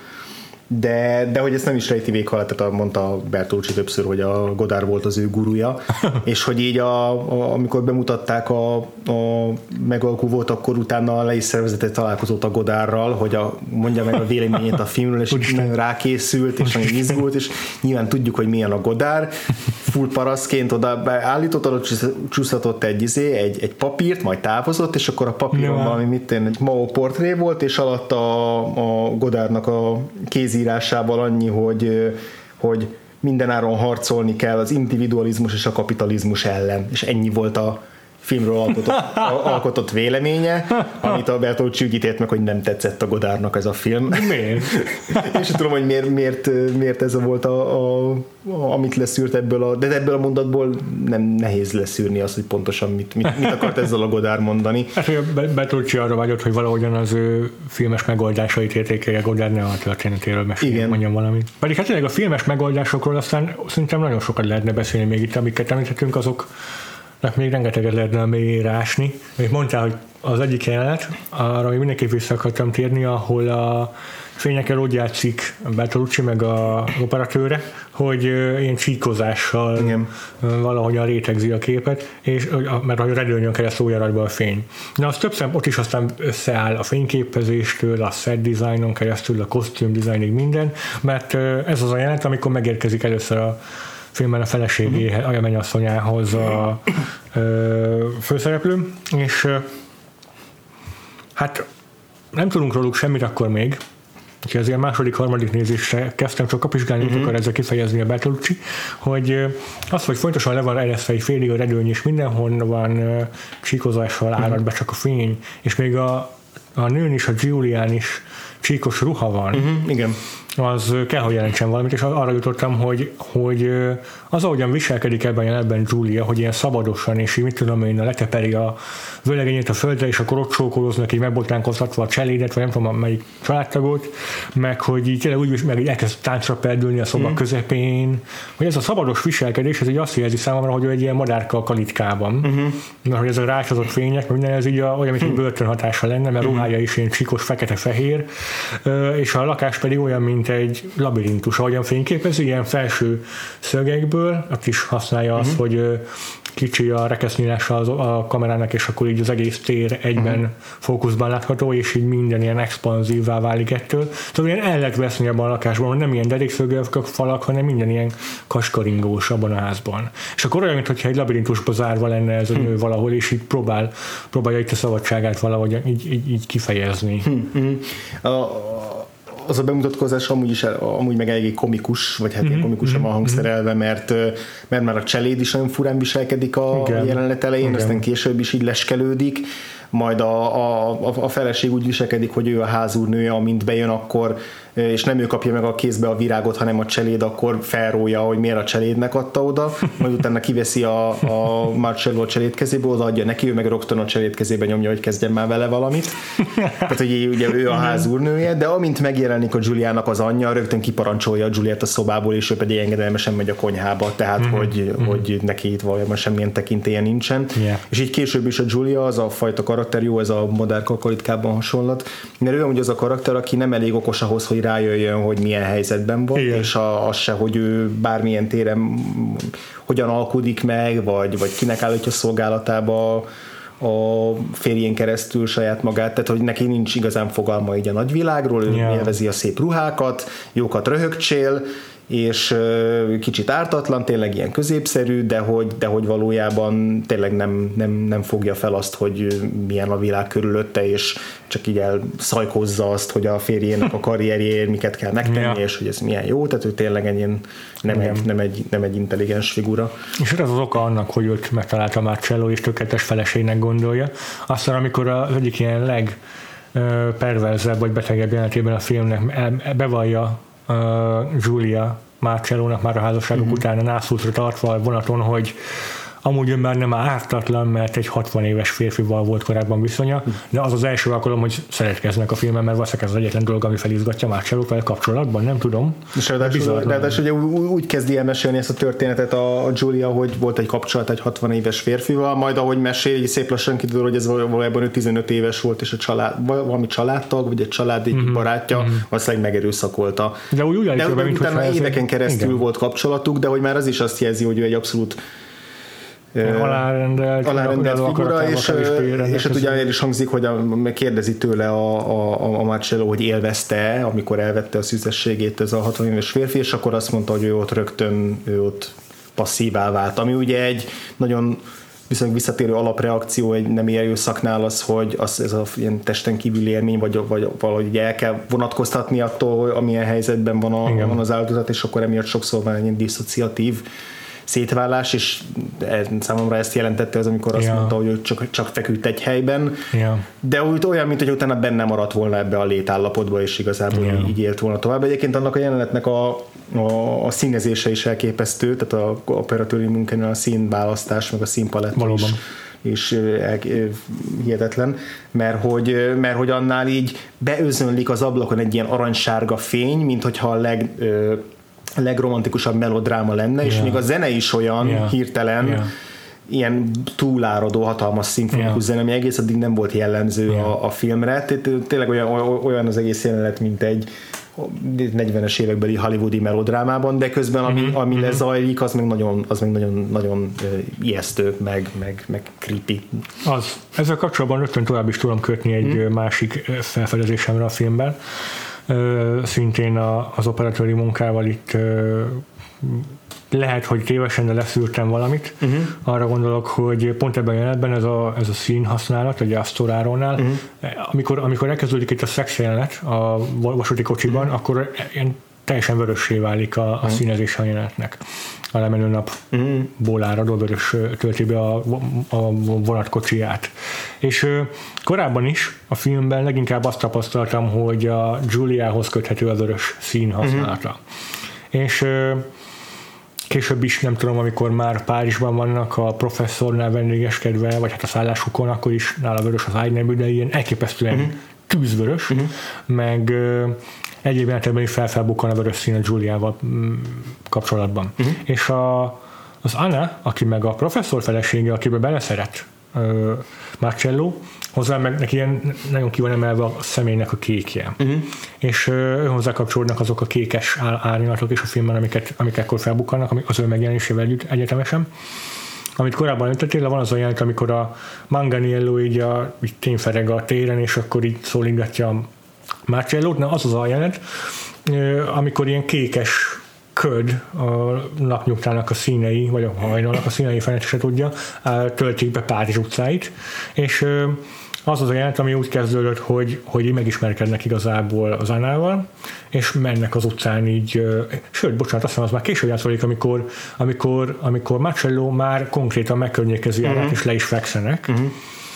De, de hogy ezt nem is rejti véghal, tehát mondta Bertolucci többször, hogy a Godard volt az ő guruja, és hogy így a, a, amikor bemutatták a, a megalkuvót, akkor utána le is szervezett egy találkozót a Godardral, hogy a, mondja meg a véleményét a filmről, és nagyon rákészült, és nagyon izgult, és nyilván tudjuk, hogy milyen a Godard. Full paraszként oda állított, oda csúszhatott egy, izé, egy, egy papírt, majd távozott, és akkor a papíron ja. valami mit én, egy Mao portré volt, és alatt a, a Godardnak a kézírásával annyi, hogy, hogy mindenáron harcolni kell az individualizmus és a kapitalizmus ellen, és ennyi volt a filmről alkotott, alkotott véleménye, amit a Bertolucci úgy ítélt meg, hogy nem tetszett a Godardnak ez a film. Miért? És tudom, hogy miért, miért, miért ez volt, a, a, a, amit leszűrt ebből a, de ebből a mondatból nem nehéz leszűrni azt, hogy pontosan mit, mit, mit akart ezzel a Godard mondani. Hát, hogy a Bertolucci arra vágyott, hogy valahogyan az ő filmes megoldásait értékelje, Godard ne a történetéről meséljen, mondjam valamit. Pedig hát tényleg a filmes megoldásokról aztán szerintem nagyon sokat lehetne beszélni még itt, amiket említettünk, azok még rengeteget lehetne mélyére ásni. Még mondtál, hogy az egyik jelenet, arra még mindenképp vissza akartam térni, ahol a fényekkel úgy játszik Bertolucci meg a operatőre, hogy ilyen csíkozással igen. valahogyan rétegzi a képet, és, mert a redőnyön keresztül járat be a fény. Na az több szempont is aztán összeáll a fényképezéstől, a set designon keresztül, a kosztüm designig minden, mert ez az a jelenet, amikor megérkezik először a filmben a feleségéhez, uh-huh. a mennyasszonyához a ö, főszereplő, és ö, hát nem tudunk róluk semmit akkor még, úgyhogy az ilyen második, harmadik nézésre kezdtem csak kapizsgálni, uh-huh. akar ezzel kifejezni a Bertolucci, hogy az, hogy fontosan le van eresztve egy félig a redőny, és mindenhonnan ö, csíkozással árad uh-huh. be csak a fény, és még a, a nőn is, a Giulián is csíkos ruha van. Uh-huh. Igen. Az kell, hogy jelentsen valamit, és arra jutottam, hogy, hogy az, ahogyan viselkedik ebben a jelenetben Giulia, hogy ilyen szabadosan, és így mit tudom én, leteperi a vőlegényét a földre, és akkor ott csókolóznak, így megbotlánkoztatva a cselédet, vagy nem tudom, melyik családtagot, meg hogy így tényleg úgy, meg így elkezd táncra perdülni a szoba mm. közepén, hogy ez a szabados viselkedés, ez így azt jelzi számomra, hogy ő egy ilyen madárka a kalitkában, mm-hmm. mert hogy ez a rácsozott fények, minden ez így a, olyan, mint egy börtönhatása lenne, mert mm-hmm. ruhája is ilyen csíkos, fekete-fehér, és a lakás pedig olyan, mint egy labirintus, ahogyan fényképezi, ilyen felső szögekből, ott is használja azt, mm-hmm. hogy kicsi a rekesznyílása a kamerának, és akkor így az egész tér egyben uh-huh. fókuszban látható, és így minden ilyen expanzívvá válik ettől. Szóval ilyen el lehet veszni abban a lakásban, hogy nem ilyen derékszögök falak, hanem minden ilyen kaskaringós abban a házban. És akkor olyan, mintha egy labirintusba zárva lenne ez a nő valahol, és így próbál, próbálja itt a szabadságát valahogy így, így, így kifejezni. Uh-huh. A az a bemutatkozás amúgy is amúgy meg eléggé komikus, vagy hát mm-hmm. ilyen komikusan van hangszerelve, mert, mert már a cseléd is nagyon furán viselkedik a igen. jelenet elején, igen. aztán később is így leskelődik. majd a, a, a feleség úgy viselkedik, hogy ő a házúrnője, amint bejön, akkor és nem ő kapja meg a kézbe a virágot, hanem a cseléd, akkor felrója, hogy miért a cselédnek adta oda, majd utána kiveszi a, a Marcello a cseléd kezébe, odaadja neki, ő meg rögtön a cseléd kezébe nyomja, hogy kezdjen már vele valamit. Tehát, hogy ugye ő a házúrnője, de amint megjelenik a Giuliának az anyja, rögtön kiparancsolja a Giuliát a szobából, és ő pedig engedelmesen megy a konyhába, tehát mm-hmm. hogy, mm-hmm. hogy neki itt valójában semmilyen tekintélye nincsen. Yeah. És így később is a Giulia, az a fajta karakter, jó, ez a modern kakalitkában hasonlat, mert ő amúgy az a karakter, aki nem elég okos ahhoz, hogy rájöjjön, hogy milyen helyzetben van, igen. és a, az se, hogy ő bármilyen téren hogyan alkudik meg, vagy, vagy kinek állítja szolgálatába a férjén keresztül saját magát, tehát hogy neki nincs igazán fogalma így a nagyvilágról, ő yeah. élvezi a szép ruhákat, jókat röhögcsél, és kicsit ártatlan, tényleg ilyen középszerű, de hogy, de hogy valójában tényleg nem, nem, nem fogja fel azt, hogy milyen a világ körülötte, és csak így elszajkozza azt, hogy a férjének a karrierjéért miket kell megtenni, ja. és hogy ez milyen jó, tehát ő tényleg egy ilyen, nem, egy, nem, egy, nem egy intelligens figura. És ez az oka annak, hogy őt megtalálta Marcello, és tökéletes feleségnek gondolja. Aztán, amikor az egyik ilyen legperverzebb vagy betegebb jelenetében a filmnek bevallja Uh, Giulia Marcellónak már a házasságok mm-hmm. után a nászútra tartva a vonaton, hogy amúgy ön már nem ártatlan, mert egy hatvan éves férfival volt korábban viszonya, de az az első alkalom, hogy szeretkeznek a filmen, mert valószínűleg ez az egyetlen dolog, ami felizgatja Marcellót vele kapcsolatban, nem tudom. És ráadásul ugye úgy kezdi el mesélni ezt a történetet a, a Giulia, hogy volt egy kapcsolat egy hatvan éves férfival, majd ahogy mesél, szép lassan kiderül, hogy ez valójában ő tizenöt éves volt, és a család, valami családtag, vagy egy család egyik mm-hmm. barátja, mm-hmm. valószínűleg megerőszakolta. De úgy, úgy de be, mint utána éveken keresztül igen. volt kapcsolatuk, de hogy már az is azt jelzi, hogy ő egy abszolút alárendelt, alárendelt figura, és, és hát ugye el is hangzik, hogy a, kérdezi tőle a, a, a Marcello, hogy élvezte, amikor elvette a szűzességét ez a hatvan éves férfi, és akkor azt mondta, hogy ő ott rögtön ő ott passzívá vált, ami ugye egy nagyon viszonylag visszatérő alapreakció egy nemi erőszaknál az, hogy az, ez a ilyen testen kívüli élmény, vagy, vagy valahogy el kell vonatkoztatni attól, hogy amilyen helyzetben van, a, van az áldozat, és akkor emiatt sokszor van egy ilyen diszociatív szétválás, és számomra ezt jelentette az, amikor azt ja. mondta, hogy ő csak, csak feküdt egy helyben, ja. de úgy olyan, mint hogy utána benne maradt volna ebbe a létállapotba, és igazából ja. így élt volna tovább. Egyébként annak a jelenetnek a, a, a színezése is elképesztő, tehát a operatőri munkánál a színválasztás, meg a színpaletta is, és el, hihetetlen, mert hogy, mert hogy annál így beözönlik az ablakon egy ilyen aranysárga fény, mint hogyha a leg a legromantikusabb melodráma lenne, yeah. és még a zene is olyan yeah. hirtelen, yeah. ilyen túláradó, hatalmas szimfonikus yeah. zene, ami egész addig nem volt jellemző yeah. a, a filmre. Tényleg olyan, olyan az egész jelenet, mint egy negyvenes évekbeli hollywoodi melodrámában, de közben ami, mm-hmm. ami lezajlik, az meg nagyon, az meg nagyon, nagyon ijesztő, meg, meg, meg creepy. Az. Ezzel kapcsolatban rögtön tovább is tudom kötni egy mm. másik felfedezésemre a filmben. Uh, szintén a, az operatőri munkával itt uh, lehet, hogy tévesen, de leszűrtem valamit. Uh-huh. Arra gondolok, hogy pont ebben a jelenetben ez a, ez a szín használat, ugye a Storarónál, uh-huh. amikor, amikor elkezdődik itt a szex jelenet a vasúti kocsiban, uh-huh. akkor ilyen teljesen vörössé válik a, a uh-huh. színezés a jelenetnek. A lemenő napból uh-huh. áradó vörös tölti be a, a vonatkocsiját. És uh, korábban is a filmben leginkább azt tapasztaltam, hogy a Giuliához köthető a vörös szín használata. Uh-huh. És uh, később is, nem tudom, amikor már Párizsban vannak a professzornál vendégeskedve, vagy hát a szállásukon, akkor is nála vörös az ágynemű, de ilyen elképesztően uh-huh. tűzvörös, uh-huh. meg uh, egyéb jelenetben is felfelbukkan a vörös szín a Giuliával kapcsolatban. Uh-huh. És a, az Anna, aki meg a professzor felesége, akiben beleszeret uh, Marcello, hozzá meg neki ilyen nagyon ki van emelve a személynek a kékje. Uh-huh. És uh, hozzá kapcsolódnak azok a kékes árnyalatok is a filmben, amiket, amik ekkor felbukkannak, az ő megjelenésével együtt egyetemesen. Amit korábban említettél, van az a jelenet, amikor a Manganiello így, a, így tényfereg a téren, és akkor így szólingatja Marcellót, na az az a jelenet, amikor ilyen kékes köd a napnyugtának a színei, vagy a hajnalnak a színei, fenét se tudja, töltik be Párizs utcáit, és az az a jelenet, ami úgy kezdődött, hogy, hogy megismerkednek igazából az Annával, és mennek az utcán így, sőt, bocsánat, azt hiszem, az már később játszódik, amikor, amikor, amikor Marcello már konkrétan megkörnyékezi uh-huh. és le is fekszenek, uh-huh.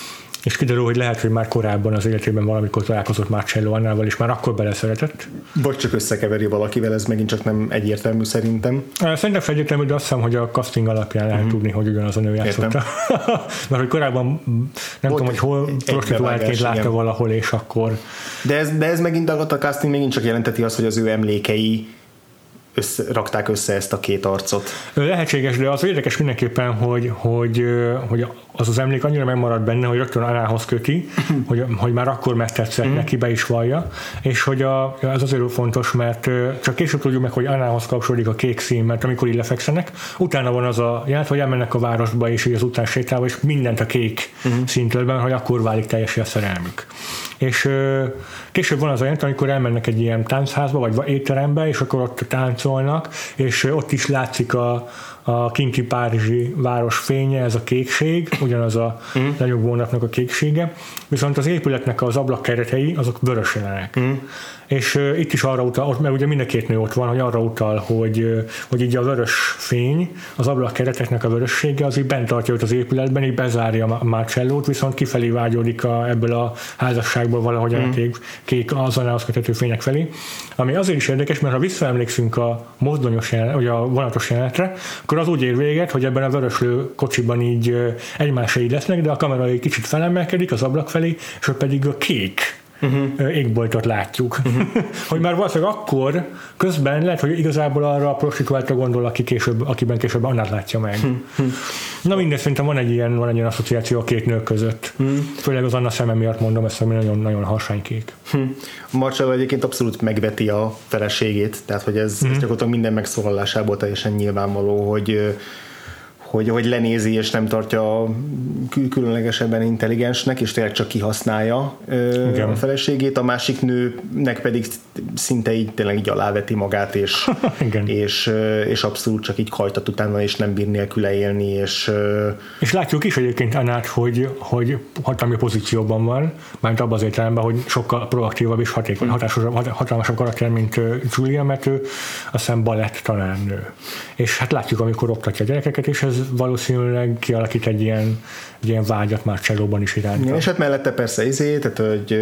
és kiderül, hogy lehet, hogy már korábban az életében valamikor találkozott Marcello Annával, és már akkor beleszeretett. Vagy csak összekeveri valakivel, ez megint csak nem egyértelmű szerintem. Szerintem egyértelmű, de azt hiszem, hogy a casting alapján lehet mm. tudni, hogy ugyanaz a nő játszotta. Mert hogy korábban nem Volt tudom, hogy hol prostituáltként látta igen. valahol, és akkor... De ez, de ez megint a casting megint csak jelenteti azt, hogy az ő emlékei Össze, rakták össze ezt a két arcot. Lehetséges, de az érdekes mindenképpen, hogy, hogy, hogy az az emlék annyira megmaradt benne, hogy rögtön Annához köti, hogy, hogy már akkor megtetszett mm. neki, be is vallja, és hogy a, ez azért fontos, mert csak később tudjuk meg, hogy Annához kapcsolódik a kék szín, mert amikor így lefekszenek, utána van az a jelent, hogy elmennek a városba, és így az után sétálva, és mindent a kék mm. színtől, hogy akkor válik teljesen a szerelmük. És később van az a jelent, amikor elmennek egy ilyen táncházba, vagy étterembe, és akkor ott táncolnak, és ott is látszik a, a kinki párizsi város fénye, ez a kékség, ugyanaz a mm. lenyugvó napnak a kéksége, viszont az épületnek az ablakkeretei, azok vörösenek. Mm. És uh, itt is arra utal, mert ugye mind a két nő ott van, hogy arra utal, hogy, uh, hogy így a vörös fény, az ablakkereteknek a vörössége, az így bent tartja őt az épületben, így bezárja Marcellót, viszont kifelé vágyódik a, ebből a házasságból valahogy mm. a kék, kék az Annához köthető fények felé. Ami azért is érdekes, mert ha visszaemlékszünk a mozdonyos jelenet, vagy a vonatos jelenetre, akkor az úgy ér véget, hogy ebben a vöröslő kocsiban így uh, egymásra így lesznek, de a kamera egy kicsit felemelkedik az ablak felé, és ott pedig a kék Uh-huh. égboltot látjuk. Uh-huh. hogy már valószínűleg akkor közben lehet, hogy igazából arra a prostituáltra gondol, aki később, akiben később Annát látja meg. Uh-huh. Na mindegy, szerintem van egy ilyen, van egy ilyen asszociáció a két nő között. Uh-huh. Főleg az Anna szeme miatt mondom ezt, ami nagyon-nagyon harsánykék. Uh-huh. Marcello egyébként abszolút megveti a feleségét, tehát hogy ez, uh-huh. ez gyakorlatilag minden megszólalásából teljesen nyilvánvaló, hogy Hogy, hogy lenézi és nem tartja különlegesebben intelligensnek, és tényleg csak kihasználja Igen. a feleségét, a másik nőnek pedig szinte így tényleg így aláveti magát, és, és, és abszolút csak így hajtat utána, és nem bír nélküle élni. És, és látjuk is egyébként Annát, hogy, hogy hatalmi pozícióban van, mert abban az értelemben, hogy sokkal proaktívabb és hatékony, hatásosabb, hatalmasabb karakter, mint Julia, mert ő azt hiszem balett tanárnő. És hát látjuk, amikor oktatja a gyerekeket, és ez valószínűleg kialakít egy ilyen, egy ilyen vágyat Marcellóban is iránta. Ja, és hát mellette persze izé, tehát hogy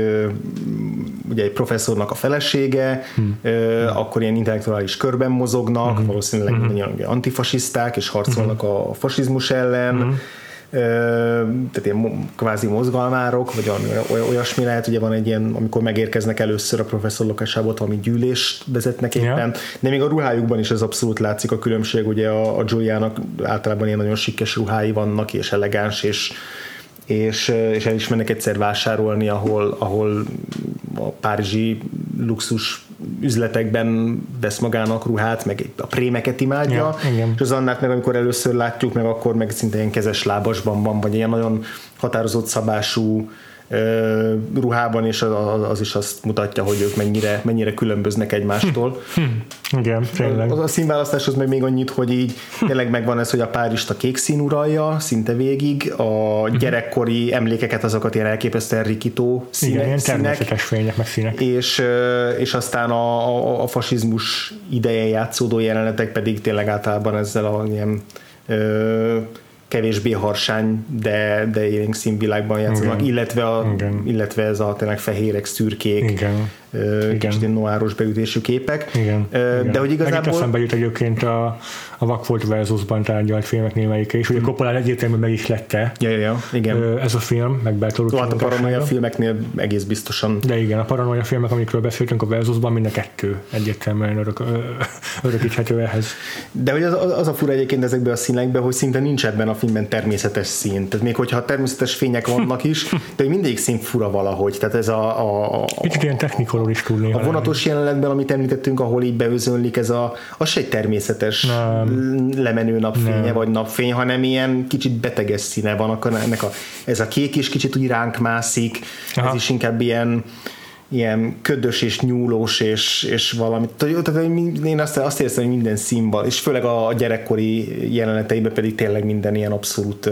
ugye egy professzornak a felesége, hmm. uh, akkor ilyen intellektuális körben mozognak, hmm. valószínűleg hmm. nagyon antifasiszták, és harcolnak hmm. a fasizmus ellen, hmm. tehát ilyen kvázi mozgalmárok, vagy olyasmi lehet, ugye van egy ilyen, amikor megérkeznek először a professzor lakásából, valami gyűlést vezetnek éppen, ja. de még a ruhájukban is ez abszolút látszik a különbség, ugye a, a Juliának általában ilyen nagyon sikkes ruhái vannak, és elegáns, és és, és el is mennek egyszer vásárolni, ahol, ahol a párizsi luxus üzletekben vesz magának ruhát, meg a prémeket imádja, ja, és az Annát meg amikor először látjuk, meg akkor meg szinte ilyen kezes lábasban van, vagy ilyen nagyon határozott szabású ruhában, és az, az is azt mutatja, hogy ők mennyire, mennyire különböznek egymástól. Igen, tényleg. A, a színválasztáshoz meg még annyit, hogy így tényleg megvan ez, hogy a Párizst a kék szín uralja szinte végig, a gyerekkori emlékeket, azokat ilyen elképesztően rikító színek. Igen, ilyen természetes fények, meg színek. És, és aztán a, a, a fasizmus idején játszódó jelenetek pedig tényleg általában ezzel a ilyen ö, kevésbé harsány, de, de élénk színvilágban játszanak, illetve, a, illetve ez a tényleg fehérek, szürkék, Igen. kicsit ilyen noáros beütésű képek. Igen. De Igen. hogy igazából... Megint eszembe jut egyébként a, a Vakfolt versusban tárgyalt filmek némelyike is, ugye hmm. Coppola egyértelműen meg is lette ja, ja, ja. Igen. ez a film, meg Bertolucci. Hát a paranoia filmeknél egész biztosan. De igen, a paranoia filmek, amikről beszéltünk a versusban, mind a kettő egyértelműen örök, örökíthető ehhez. De hogy az, az a fura egyébként ezekben a színekben, hogy szinte nincs ebben a filmben természetes szín. Tehát még hogyha természetes fények vannak is, de mindig szín fura valahogy. Tehát ez a... a, a Kicsit ilyen technikoló is tudni. A vonatos jelenetben, amit említettünk, ahol így beözönlik, ez a, az se egy természetes nem. lemenő napfénye, nem. vagy napfény, hanem ilyen kicsit beteges színe van. Akkor ennek a, ez a kék is kicsit úgy ránk mászik, Aha. ez is inkább ilyen ilyen ködös és nyúlós és, és valami. Tehát én azt, azt érzem, hogy minden színval, és főleg a gyerekkori jeleneteiben pedig tényleg minden ilyen abszolút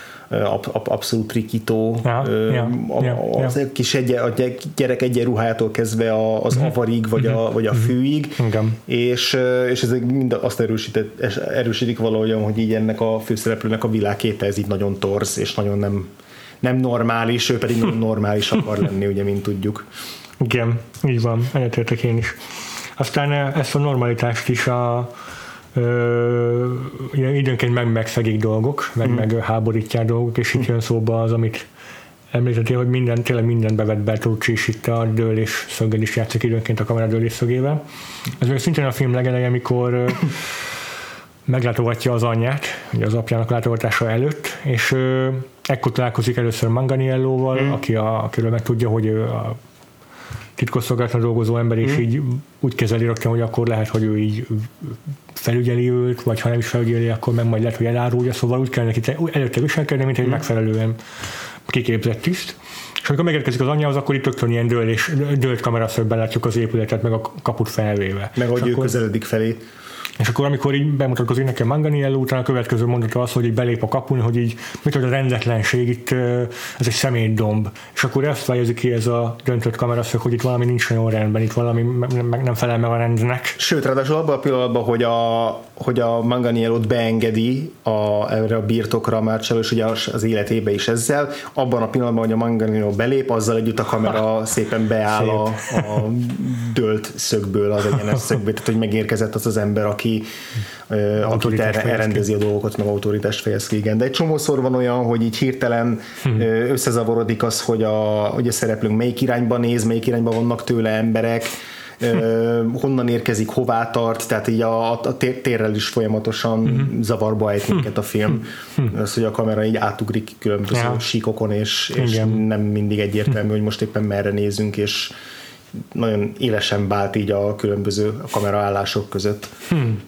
abszolút rikító, ja, uh, ja, a, ja, a, ja. kis egy, a gyerek egyenruhájától kezdve a, az uh-huh. avarig, vagy a, vagy a fűig, uh-huh. és, és ez mind azt erősítik valahogyan, hogy így ennek a főszereplőnek a világképe ez így nagyon torz, és nagyon nem, nem normális, ő pedig normális akar lenni, ugye, mint tudjuk. Igen, így van, egyetértek én is. Aztán ezt a normalitást is a ö, időnként meg megszegik dolgok, meg, mm. meg háborítják dolgok, és itt jön szóba az, amit említettél, hogy minden, tényleg mindent bevett Bertolucci is itt a dőlés szöggel is játszik időnként a kamera dőlés szögével. Ez még szintén a film legeleje, amikor meglátogatja az anyját, ugye az apjának látogatása előtt, és ö, ekkor találkozik először Manganiellóval, mm. aki a, akiről meg tudja, hogy ő a titkosszolgálatban dolgozó ember, és mm. így úgy kezeli rögtön, hogy akkor lehet, hogy ő így felügyeli őt, vagy ha nem is felügyeli, akkor meg majd lehet, hogy elárulja, szóval úgy kell neki előtte viselkedni, mint egy mm. megfelelően kiképzett tiszt. És amikor megérkezik az anyjához, akkor itt rögtön ilyen dőlés, dőlt kameraszögben látjuk az épületet, meg a kaput felvéve. Meg hogy ő akkor, közeledik felé. És akkor, amikor így bemutatkozik nekem Manganiello, utána a következő mondata az, hogy így belép a kapun, hogy így, mit hogy a rendetlenség, itt ez egy szemétdomb. És akkor ezt fejezik ki ez a döntött kameraszög, hogy itt valami nincs nagyon rendben, itt valami meg nem felel meg a rendnek. Sőt, ráadásul abban a pillanatban, hogy a, hogy a Manganiellót beengedi a, erre a birtokra Marcello, és ugye az életébe is ezzel, abban a pillanatban, hogy a Manganiello belép, azzal együtt a kamera ha. szépen beáll a, a dölt szögből, az egyenes szögből, tehát hogy megérkezett az az ember, aki aki elrendezi a dolgokat, meg autoritást fejez ki, igen. De egy csomószor van olyan, hogy így hirtelen hmm. összezavarodik az, hogy a, hogy a szereplőnk melyik irányba néz, melyik irányba vannak tőle emberek, hmm. honnan érkezik, hová tart, tehát így a, a térrel is folyamatosan hmm. zavarba ejt minket a film. Hmm. Az, hogy a kamera így átugrik különböző ja. síkokon, és, és nem mindig egyértelmű, hmm. hogy most éppen merre nézünk, és nagyon élesen vált így a különböző kameraállások között. Hmm.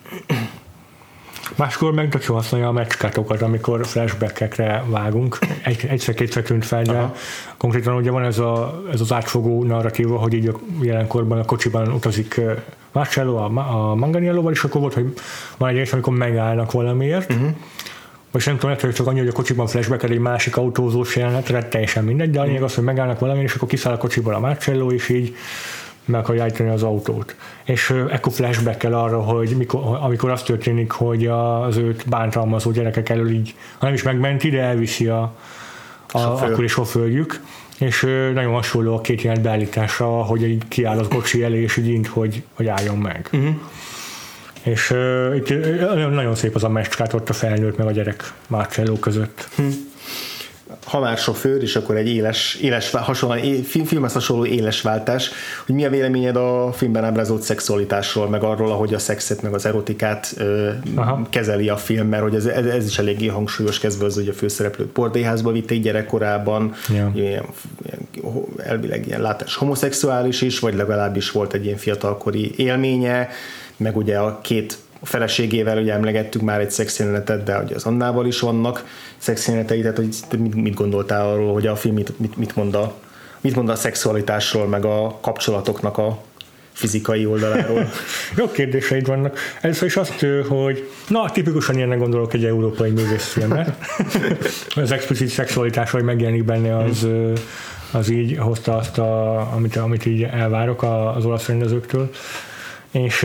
Máskor meg Dacsó használja a meccskátokat, amikor flashback-ekre vágunk. Egy, egyszer-kétszer tűnt fel, de aha. konkrétan ugye van ez, a, ez az átfogó narratíva, hogy így a jelenkorban a kocsiban utazik Marcello a, a Manganiellóval, és akkor volt, hogy van egy rész, amikor megállnak valamiért, uh-huh. vagy nem tudom, hogy csak annyi, hogy a kocsiban flashback egy másik autózós jelenetre, teljesen mindegy, de a lényeg az, hogy megállnak valami, és akkor kiszáll a kocsiból a Marcello, és így meg akarja állítani az autót. És uh, ekkor flashback-el arra, hogy mikor, amikor az történik, hogy az őt bántalmazó gyerekek elől így, ha nem is megmenti, de elviszi a, a akkori sofőrjük, és uh, nagyon hasonló a két jelent beállításra, hogy így kiáll az kocsi elé, és így int, hogy, hogy álljon meg. Uh-huh. És uh, itt uh, nagyon szép az a mecskát ott a felnőtt meg a gyerek Marcello között. Hmm. Ha már sofőr, és akkor egy éles, éles hasonló, filmhez hasonló éles váltás, hogy mi a véleményed a filmben ábrázolt szexualitásról, meg arról, ahogy a szexet, meg az erotikát ö, kezeli a film, mert hogy ez, ez is eléggé hangsúlyos, kezdve az, hogy a főszereplőt bordélyházba vitték gyerekkorában, ja. ilyen, ilyen, elvileg ilyen látás homoszexuális is, vagy legalábbis volt egy ilyen fiatalkori élménye, meg ugye a két feleségével ugye emlegettük már egy szexjelenetet, de ugye az Annával is vannak szexjelenetei, tehát hogy mit, mit gondoltál arról, hogy a film mit, mit, mit, mond a, mit mond a szexualitásról, meg a kapcsolatoknak a fizikai oldaláról? Jó kérdéseid vannak. Először is azt, hogy na, tipikusan ilyennek gondolok egy európai művészfilmet. Az explicit szexualitás, hogy megjelenik benne, az, az így hozta azt, a, amit, amit így elvárok az olasz rendezőktől. És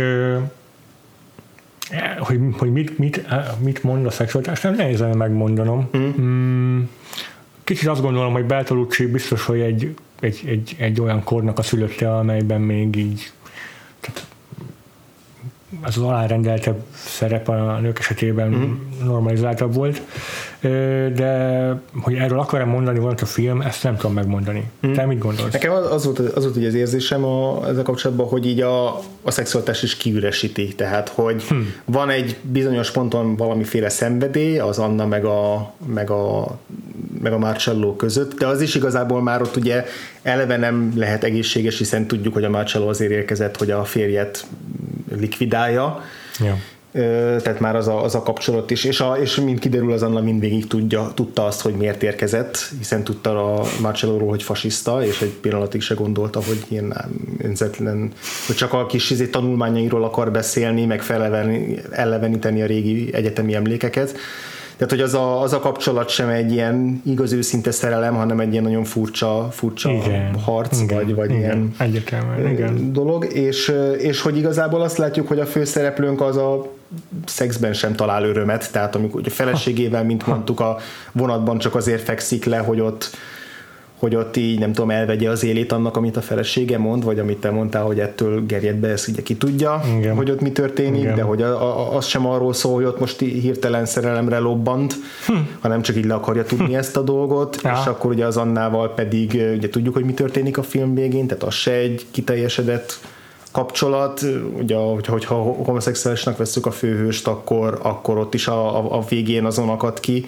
hogy, hogy mit, mit, mit mond a szexualitás, nem nehéz megmondanom. Mm. Kicsit azt gondolom, hogy Bertolucci biztos, hogy egy, egy, egy, egy olyan kornak a szülötte, amelyben még így tehát az alárendeltebb szerep a nők esetében mm. normalizáltabb volt, de hogy erről akar-e mondani valamit a film, ezt nem tudom megmondani. Mm. Te mit gondolsz? Nekem az volt, az volt az érzésem a, ezzel kapcsolatban, hogy így a, a szexualitás is kiüresíti, tehát hogy mm. van egy bizonyos ponton valamiféle szenvedély, az Anna meg a, meg a, meg a Marcello között, de az is igazából már ott ugye eleve nem lehet egészséges, hiszen tudjuk, hogy a Marcello azért érkezett, hogy a férjet likvidálja. Ja. Tehát már az a, az a kapcsolat is, és, a, és mind kiderül, az Anna mindvégig tudja, tudta azt, hogy miért érkezett, hiszen tudta a Marcellóról, hogy fasiszta, és egy pillanatig se gondolta, hogy ilyen önzetlen, hogy csak a kis izé, tanulmányairól akar beszélni, meg feleleveníteni a régi egyetemi emlékeket. Tehát, hogy az a, az a kapcsolat sem egy ilyen igaz őszinte szerelem, hanem egy ilyen nagyon furcsa, furcsa igen, harc, igen, vagy, vagy igen, ilyen egyetemben, igen. dolog, és, és hogy igazából azt látjuk, hogy a főszereplőnk az a szexben sem talál örömet, tehát amikor a feleségével, mint mondtuk, a vonatban csak azért fekszik le, hogy ott hogy ott így nem tudom, elvegye az élét annak, amit a felesége mond, vagy amit te mondtál, hogy ettől gerjed be, ezt ugye ki tudja, igen, hogy ott mi történik, igen, de hogy a, a, az sem arról szól, hogy ott most hirtelen szerelemre lobbant, hm. hanem csak így le akarja tudni hm. ezt a dolgot, ja. És akkor ugye az Annával pedig ugye tudjuk, hogy mi történik a film végén, tehát az se egy kiteljesedett kapcsolat, ugye, hogyha, hogyha homoszexuálisnak vesszük a főhőst, akkor, akkor ott is a, a, a végén azon akad ki,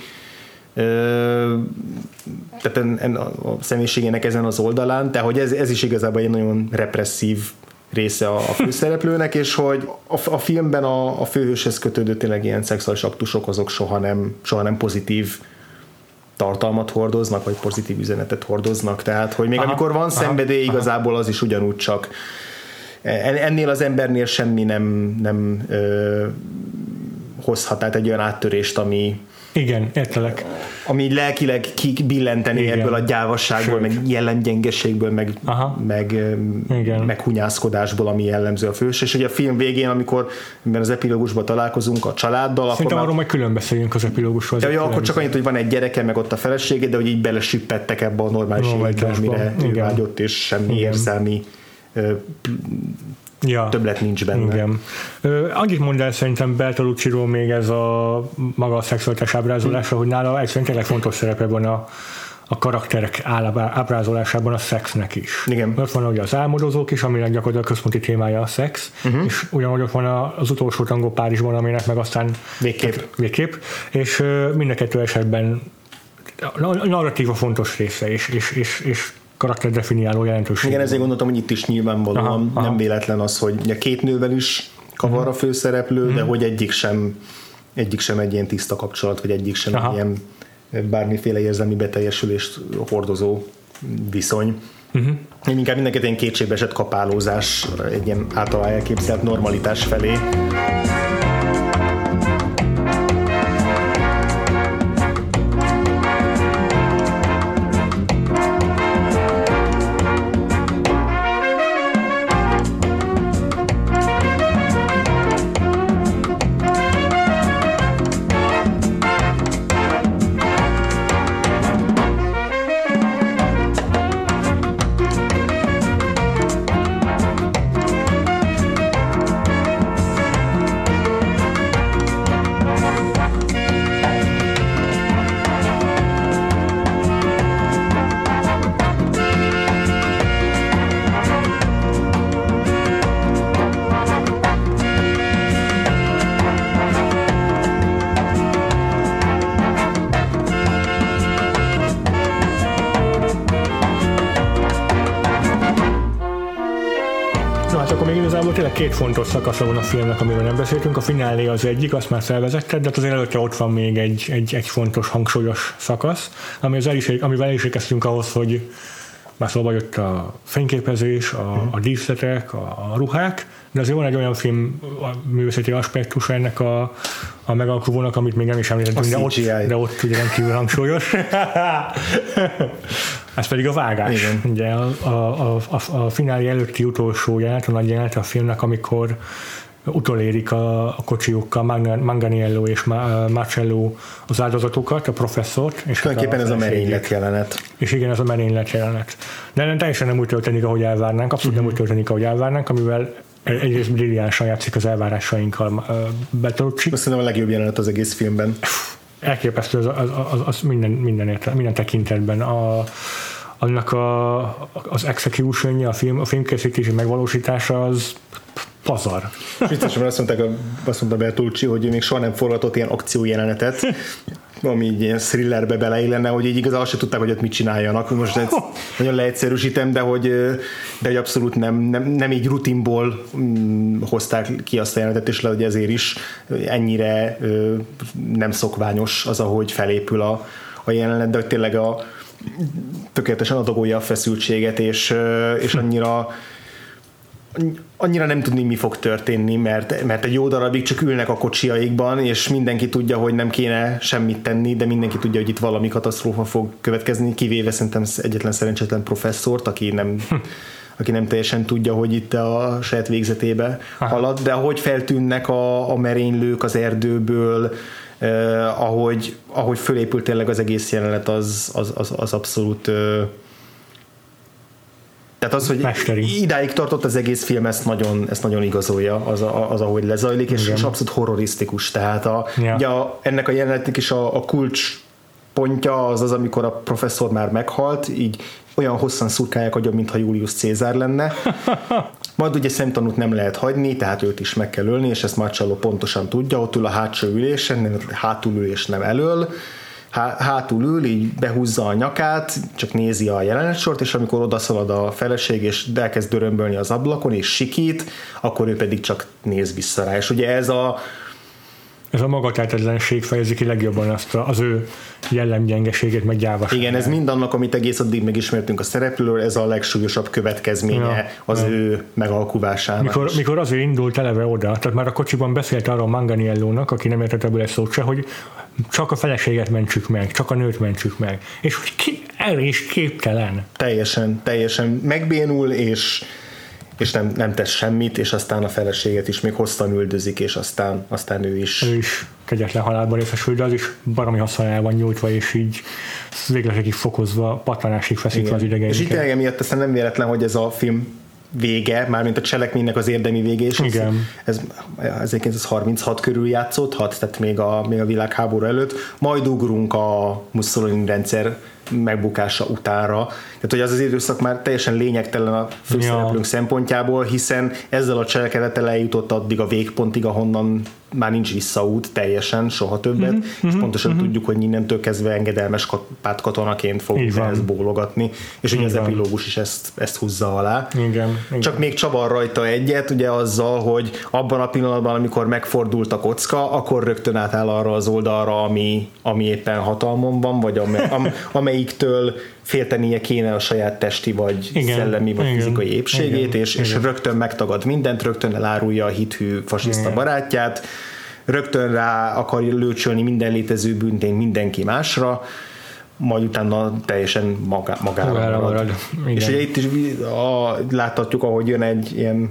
tehát en, en a személyiségének ezen az oldalán, tehát hogy ez, ez is igazából egy nagyon represszív része a, a főszereplőnek, és hogy a, a filmben a, a főhőshez kötődő tényleg ilyen szexuális aktusok azok soha nem, soha nem pozitív tartalmat hordoznak, vagy pozitív üzenetet hordoznak, tehát hogy még aha, amikor van aha, szenvedély, igazából az is ugyanúgy csak ennél az embernél semmi nem, nem ö, hozhat, tehát egy olyan áttörést, ami igen, értelek. Ami lelkileg kibillenteni igen. ebből a gyávasságból, sőt. meg jellemgyengeségből, meg, meg, meg hunyászkodásból, ami jellemző a fős. És ugye a film végén, amikor az epilógusban találkozunk a családdal, szerintem akkor arról majd külön beszéljünk az epilógusról. Ja, akkor csak annyit, hogy van egy gyereke, meg ott a felesége, de hogy így belesüppettek ebbe a normális életbe, amire ő vágyott, és semmi igen. érzelmi ja. többlet nincs benne. Igen. Ö, annyit mondd el szerintem Bertolucciról még ez a maga a szexualitás ábrázolása, hmm. hogy nála egyszerűen tényleg fontos szerepe van a, a karakterek ábrázolásában a szexnek is. Igen. Ott van ugye az álmodozók is, aminek gyakorlatilag a központi témája a szex, uh-huh. és ugyanúgy ott van az utolsó tangó Párizsban, aminek meg aztán végképp. végképp. És mind a kettő esetben a narratíva fontos része, és, és, és, és karakterdefiniáló jelentőség. Igen, ezért gondoltam, hogy itt is nyilvánvalóan aha, nem aha. véletlen az, hogy a két nővel is kavar uh-huh. a főszereplő, uh-huh. de hogy egyik sem, egyik sem egy ilyen tiszta kapcsolat, vagy egyik sem aha. egy ilyen bármiféle érzelmi beteljesülést hordozó viszony. Uh-huh. Én inkább mindenket ilyen kétségbeesett kapálózás, egy ilyen általán elképzelt normalitás felé. Két fontos szakasza van a filmnek, amiről nem beszéltünk. A finálé az egyik, azt már felvezetted, de azért előtte ott van még egy, egy, egy fontos, hangsúlyos szakasz, ami az el is, amivel el is érkeztünk ahhoz, hogy már szóval jött a fényképezés, a, a díszletek, a, a ruhák, de azért van egy olyan film művészeti aspektus ennek a, a megalkuvónak, amit még nem is említettünk, de ott, de ott ugye rendkívül hangsúlyos. Ez pedig a vágás. Igen. Ugye a, a, a, a finálé előtti utolsó jelenet, a nagy jelenet a filmnek, amikor utolérik a, a kocsiukkal Manganiello és Marcello az áldozatokat, a professzort. És tulajdonképpen ez a merénylet jelenet. És igen, ez a merénylet jelenet. De nem, teljesen nem úgy történik, ahogy elvárnánk, abszolút uh-huh. nem úgy történik, ahogy elvárnánk, amivel egyrészt brilliánsan játszik az elvárásainkkal Bertolucci. Azt hiszem a legjobb jelenet az egész filmben. Elképesztő az, az, az, az minden, minden, érte, minden tekintetben. A, annak a, az executionja, a, film, a filmkészítési megvalósítása az pazar. Biztosan azt mondták, azt mondta Bertolucci, hogy ő még soha nem forgatott ilyen akciójelenetet, ami így ilyen thrillerbe beleillene, hogy így igazán azt se tudták, hogy ott mit csináljanak. Most ezt nagyon leegyszerűsítem, de hogy, de hogy abszolút nem, nem, nem így rutinból hm, hozták ki azt a jelenetet, és le, hogy ezért is ennyire nem szokványos az, ahogy felépül a, a jelenet, de hogy tényleg a tökéletesen adagolja a feszültséget, és, és annyira annyira nem tudni, mi fog történni, mert, mert egy jó darabig csak ülnek a kocsiaikban, és mindenki tudja, hogy nem kéne semmit tenni, de mindenki tudja, hogy itt valami katasztrófa fog következni, kivéve szerintem egyetlen szerencsétlen professzort, aki nem, aki nem teljesen tudja, hogy itt a saját végzetébe halad, de ahogy feltűnnek a, a merénylők az erdőből, eh, ahogy, ahogy fölépült tényleg az egész jelenet, az, az, az, az abszolút... Eh, tehát az, hogy Mesteri. Idáig tartott az egész film, ezt nagyon, ezt nagyon igazolja, az, az ahogy lezajlik, és, és abszolút horrorisztikus. Tehát a, ja. ugye a, ennek a jelenetnek is a, a kulcs pontja az az, amikor a professzor már meghalt, így olyan hosszan szurkálják agyon, mintha Julius Cézár lenne. Majd ugye szemtanút nem lehet hagyni, tehát őt is meg kell ölni, és ezt Marcello pontosan tudja, ott ül a hátsó ülésen, hátul ülés nem elől, hátul ül, így behúzza a nyakát, csak nézi a jelenetsort, és amikor odaszalad a feleség, és elkezd dörömbölni az ablakon, és sikít, akkor ő pedig csak néz vissza rá. És ugye ez a Ez a magatehetetlenség fejezi ki legjobban azt a, az ő jellemgyengeségét, meg gyávaságát. Igen, ez mindannak, amit egész addig megismertünk a szereplőről, ez a legsúlyosabb következménye ja, az ja. ő megalkuvásának. Mikor, mikor azért indult eleve oda, tehát már a kocsiban beszélt arra a Manganiellónak, aki nem értett ebből egy szót se, hogy csak a feleséget mentsük meg, csak a nőt mentsük meg. És hogy ki, erre is képtelen. Teljesen, teljesen megbénul, és és nem, nem tesz semmit, és aztán a feleséget is még hosszan üldözik, és aztán, aztán ő is. Ő is kegyetlen halálban részesül, de az is baromi haszonál van nyújtva, és így végletekig fokozva, pattanásig feszítve az idegeinket. És itt tényleg emiatt aztán nem véletlen, hogy ez a film vége, mármint a cselekménynek az érdemi vége, és igen. ez, ez ezerkilencszázharminchat körül játszódhat, tehát még a, még a világháború előtt, majd ugrunk a Mussolini rendszer megbukása utánra. Tehát, hogy az az időszak már teljesen lényegtelen a főszereplőnk ja. szempontjából, hiszen ezzel a cselekedettel eljutott addig a végpontig, ahonnan már nincs visszaút teljesen, soha többet, mm-hmm. és pontosan mm-hmm. tudjuk, hogy innentől kezdve engedelmes pártkatonaként fog ezt bólogatni, és ugye az epilógus is ezt, ezt húzza alá. Igen, Csak igen. még csavar rajta egyet, ugye azzal, hogy abban a pillanatban, amikor megfordult a kocka, akkor rögtön átáll arra az oldalra, ami, ami éppen hatalmon van, vagy amely, am, amelyiktől féltenie kéne a saját testi, vagy igen, szellemi, vagy igen, fizikai épségét, igen, és, és igen. rögtön megtagad mindent, rögtön elárulja a hithű fasiszta igen. barátját, rögtön rá akar lőcsölni minden létező bűntényt mindenki másra, majd utána teljesen magá, magára marad. marad. És ugye itt is a, láthatjuk, ahogy jön egy ilyen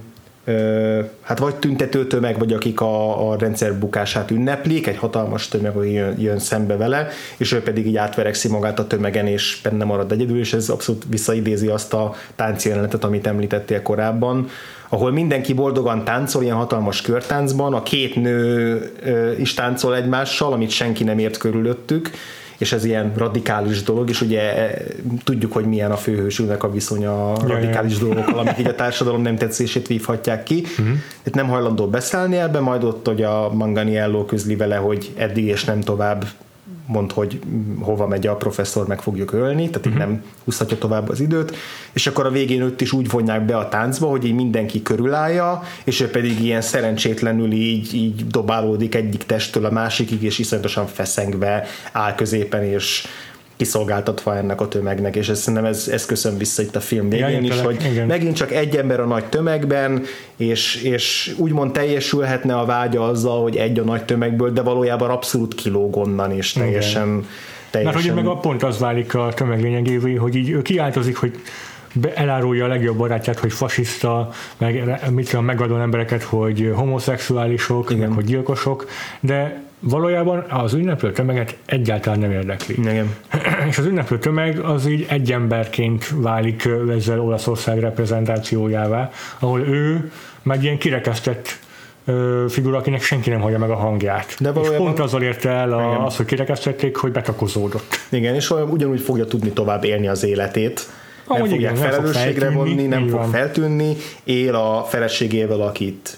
hát vagy tüntető tömeg, vagy akik a, a rendszer bukását ünneplik, egy hatalmas tömeg, hogy jön, jön szembe vele, és ő pedig így átverekszi magát a tömegen, és benne marad egyedül, és ez abszolút visszaidézi azt a táncjelenetet, amit említettél korábban, ahol mindenki boldogan táncol, ilyen hatalmas körtáncban, a két nő is táncol egymással, amit senki nem ért körülöttük, és ez ilyen radikális dolog, és ugye tudjuk, hogy milyen a főhősünknek a viszonya a radikális dolgokkal, amik így a társadalom nem tetszését vívhatják ki. Uh-huh. Itt nem hajlandó beszállni ebbe, majd ott, hogy a Manganiello közli vele, hogy eddig és nem tovább, mond, hogy hova megy a professzor, meg fogjuk ölni, tehát uh-huh. így nem húzhatja tovább az időt, és akkor a végén őt is úgy vonják be a táncba, hogy így mindenki körülállja, és ő pedig ilyen szerencsétlenül így, így dobálódik egyik testtől a másikig, és iszonyatosan feszengve áll középen, és kiszolgáltatva ennek a tömegnek, és ez, szerintem ez, ez köszön vissza itt a film végén ja, is, hogy igen. megint csak egy ember a nagy tömegben, és, és úgymond teljesülhetne a vágya azzal, hogy egy a nagy tömegből, de valójában abszolút kilóg onnan, és teljesen... teljesen... Mert hogy meg a pont az válik a tömeg lényegévé, hogy így ő kiáltozik, hogy elárulja a legjobb barátját, hogy fasiszta, meg mit tudom, megadon embereket, hogy homoszexuálisok, igen. meg hogy gyilkosok, de valójában az ünneplő tömeget egyáltalán nem érdekli. Igen. És az ünneplő tömeg az így egy emberként válik ezzel Olaszország reprezentációjává, ahol ő meg ilyen kirekesztett figura, akinek senki nem hallja meg a hangját. De és pont azzal érte el a, az, hogy kirekesztették, hogy betakozódott. Igen, és ugyanúgy fogja tudni tovább élni az életét. Nem Ahogy fogják igen, felelősségre nem fog vonni, nem fog van. feltűnni, él a feleségével, akit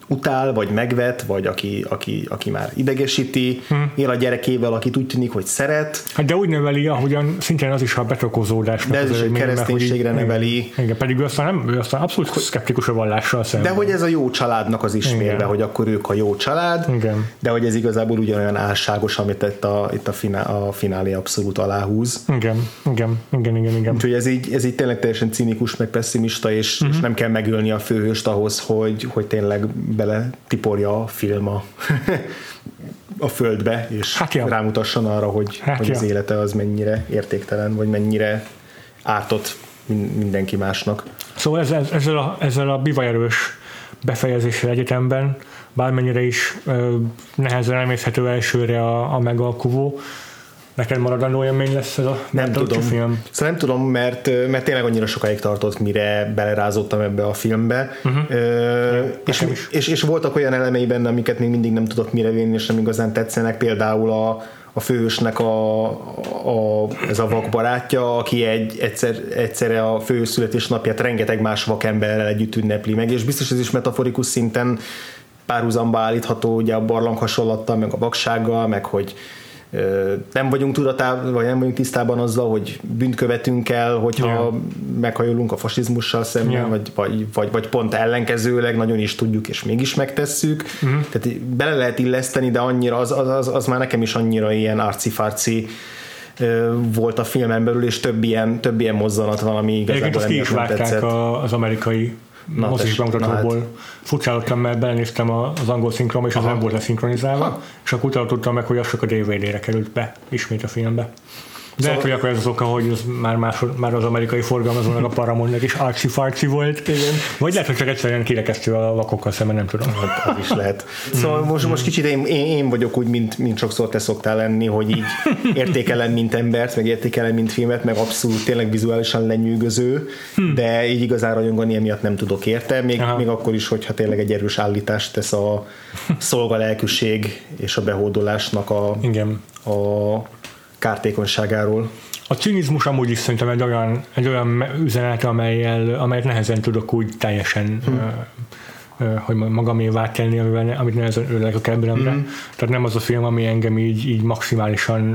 utál, vagy megvet, vagy aki, aki, aki már idegesíti, hmm. él a gyerekével, akit úgy tűnik, hogy szeret. Hát de úgy neveli, ahogyan szintén az is a betrokozódásnak. De ez is egy kereszténységre mert, neveli. Igen, pedig ő aztán, nem, ő aztán abszolút szkeptikus a vallással szemben. De hogy ez a jó családnak az ismérve, hogy akkor ők a jó család, igen. De hogy ez igazából ugyanolyan álságos, amit itt a, itt a, finál, a finálé abszolút aláhúz. Igen, igen, igen, igen. igen. Úgyhogy ez így, ez így tényleg teljesen cinikus, meg pessimista, és, uh-huh. és nem kell megölni a főhőst ahhoz, hogy, hogy tényleg bele tiporja a film a, a földbe, és hát rámutasson arra, hogy, hát hogy az élete az mennyire értéktelen, vagy mennyire ártott mindenki másnak. Szóval ezzel, ezzel, a, ezzel a bivajerős befejezéssel egyetemben, bármennyire is ö, nehezen emészhető elsőre a, a megalkuvó, neked maradandó élmény lesz ez a nem tudom. film? Szóval nem tudom, mert, mert tényleg annyira sokáig tartott, mire belerázottam ebbe a filmbe. Uh-huh. Ö, és, és, és voltak olyan elemei benne, amiket még mindig nem tudok mire vinni, és nem igazán tetszenek. Például a, a főhősnek a, a, ez a vakbarátja, aki egy, egyszer, egyszerre a főhős születésnapját rengeteg más vakemberrel együtt ünnepli meg, és biztos ez is metaforikus szinten párhuzamba állítható ugye a barlang hasonlattal, meg a vaksággal, meg hogy nem vagyunk tudatában, vagy nem vagyunk tisztában azzal, hogy bűnt követünk el, hogyha yeah. meghajolunk a fasizmussal szemben, yeah. vagy, vagy, vagy, vagy pont ellenkezőleg nagyon is tudjuk, és mégis megtesszük. Uh-huh. Tehát bele lehet illeszteni, de annyira, az, az, az már nekem is annyira ilyen arci-farci volt a filmen belül, és több ilyen, több ilyen mozzanat van, ami igazából nem is tetszett. Az amerikai mozis bemutatóból hát. Furcsálottam, mert belenéztem az angol szinkronba, és az nem volt leszinkronizálva, ha. És akkor utána tudtam meg, hogy az csak a dé vé dére került be ismét a filmbe. De szóval, lehet, hogy akkor ez az oka, hogy az már, másod, már az amerikai forgalmazónak a Paramountnak is arci-farci volt. Igen. Vagy lehet, hogy csak egyszerűen kirekesztő a vakokkal szemben, nem tudom. Hát, az is lehet. Szóval mm. most, most kicsit én, én, én vagyok úgy, mint, mint sokszor te szoktál lenni, hogy így értékelem, mint embert, meg értékelem, mint filmet, meg abszolút tényleg vizuálisan lenyűgöző, hm. de így igazán rajongani emiatt nem tudok érte, még, még akkor is, hogyha tényleg egy erős állítást tesz a szolgalelkűség és a behódolásnak a, Igen. a kártékonyságáról. A cinizmus amúgy is szerintem egy olyan, egy olyan üzenet, amelyel, amelyet nehezen tudok úgy teljesen hmm. ö, ö, hogy magamévá tenni, amivel, amit nehezen őrlek a kedvemre. Hmm. Tehát nem az a film, ami engem így, így maximálisan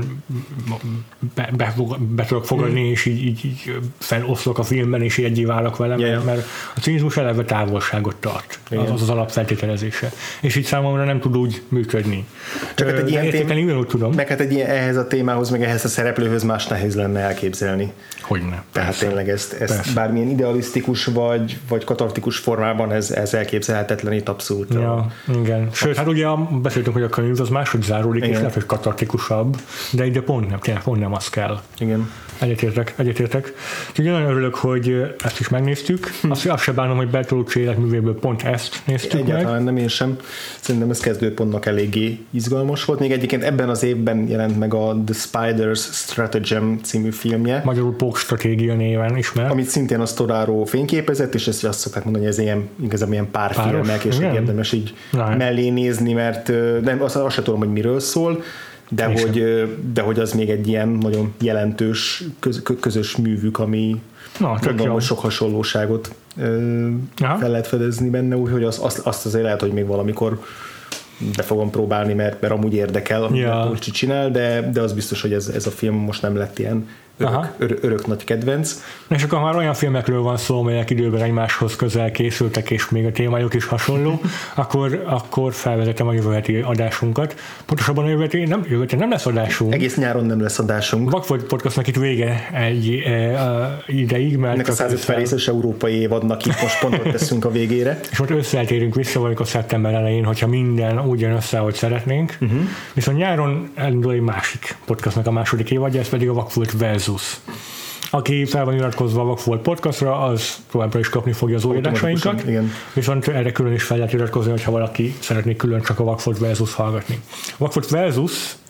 be, be, be tudok fogadni, hmm. és így, így, így feloszlok a filmben, és így egyé válok vele, yeah. mert a cinizmus eleve távolságot tart. Igen. Az az alapfeltételezése. És így számomra nem tud úgy működni. Csak hát egy ilyen tém... úgy tudom. Meg hát egy ilyen, ehhez a témához, meg ehhez a szereplőhöz más nehéz lenne elképzelni. Hogyne. Tehát persze. Tényleg ezt, ezt bármilyen idealisztikus vagy, vagy katartikus formában ez, ez elképzelhetetlen itt abszolút. Ja, a... igen. Sőt, hát ugye beszéltünk, hogy a könyv az máshogy záródik, igen. És lehet, hogy katartikusabb, de ide pont nem, tényleg pont nem az kell. Igen. Egyetértek, egyetértek. Úgyhogy nagyon örülök, hogy ezt is megnéztük. Hm. Azt, azt sem bánom, hogy Bertolucci életművéből pont ezt néztük Egyáltalán meg. Egyáltalán nem, én sem. Szerintem ez kezdőpontnak eléggé izgalmas volt. Még egyébként ebben az évben jelent meg a The Spider's Stratagem című filmje. Magyarul Pók stratégia néven ismert. Amit szintén a Storaro fényképezett, és ezt azt szokták mondani, hogy ez ilyen, igazából ilyen párfilmek, és érdemes így nem. mellé nézni, mert nem, azt, azt sem tudom, hogy miről szól, de hogy, de hogy az még egy ilyen nagyon jelentős köz, közös művük, ami Na, gondolom, hogy sok hasonlóságot ö, fel lehet fedezni benne, úgyhogy az, azt, azt azért lehet, hogy még valamikor be fogom próbálni, mert, mert amúgy érdekel, amit ja. Bertolucci csinál, de, de az biztos, hogy ez, ez a film most nem lett ilyen örök, örök, örök nagy kedvenc. És akkor már olyan filmekről van szó, amelyek időben egymáshoz közel készültek, és még a témájuk is hasonló, akkor, akkor felvezetem a jövő heti adásunkat. Pontosabban a jövő heti nem, jövő heti nem lesz adásunk. Egész nyáron nem lesz adásunk. Vakfolt Podcastnak itt vége egy e, ideig, mert... Ennek a százötven részes európai évadnak itt most pontot teszünk a végére. És most összeeltérünk vissza, valamikor szeptember elején, hogyha minden úgy jön össze, ahogy szeretnénk. Uh-huh. Viszont nyáron elindul egy másik podcastnak a második évadja, ez pedig a Vakfolt Versus. Aki fel van iratkozva a Vakfolt Podcastra, az továbbra is kapni fogja az új adásainkat, viszont erre külön is fel lehet iratkozni, hogyha valaki szeretné külön csak a Vakfolt Versus hallgatni. A Vakfolt Versus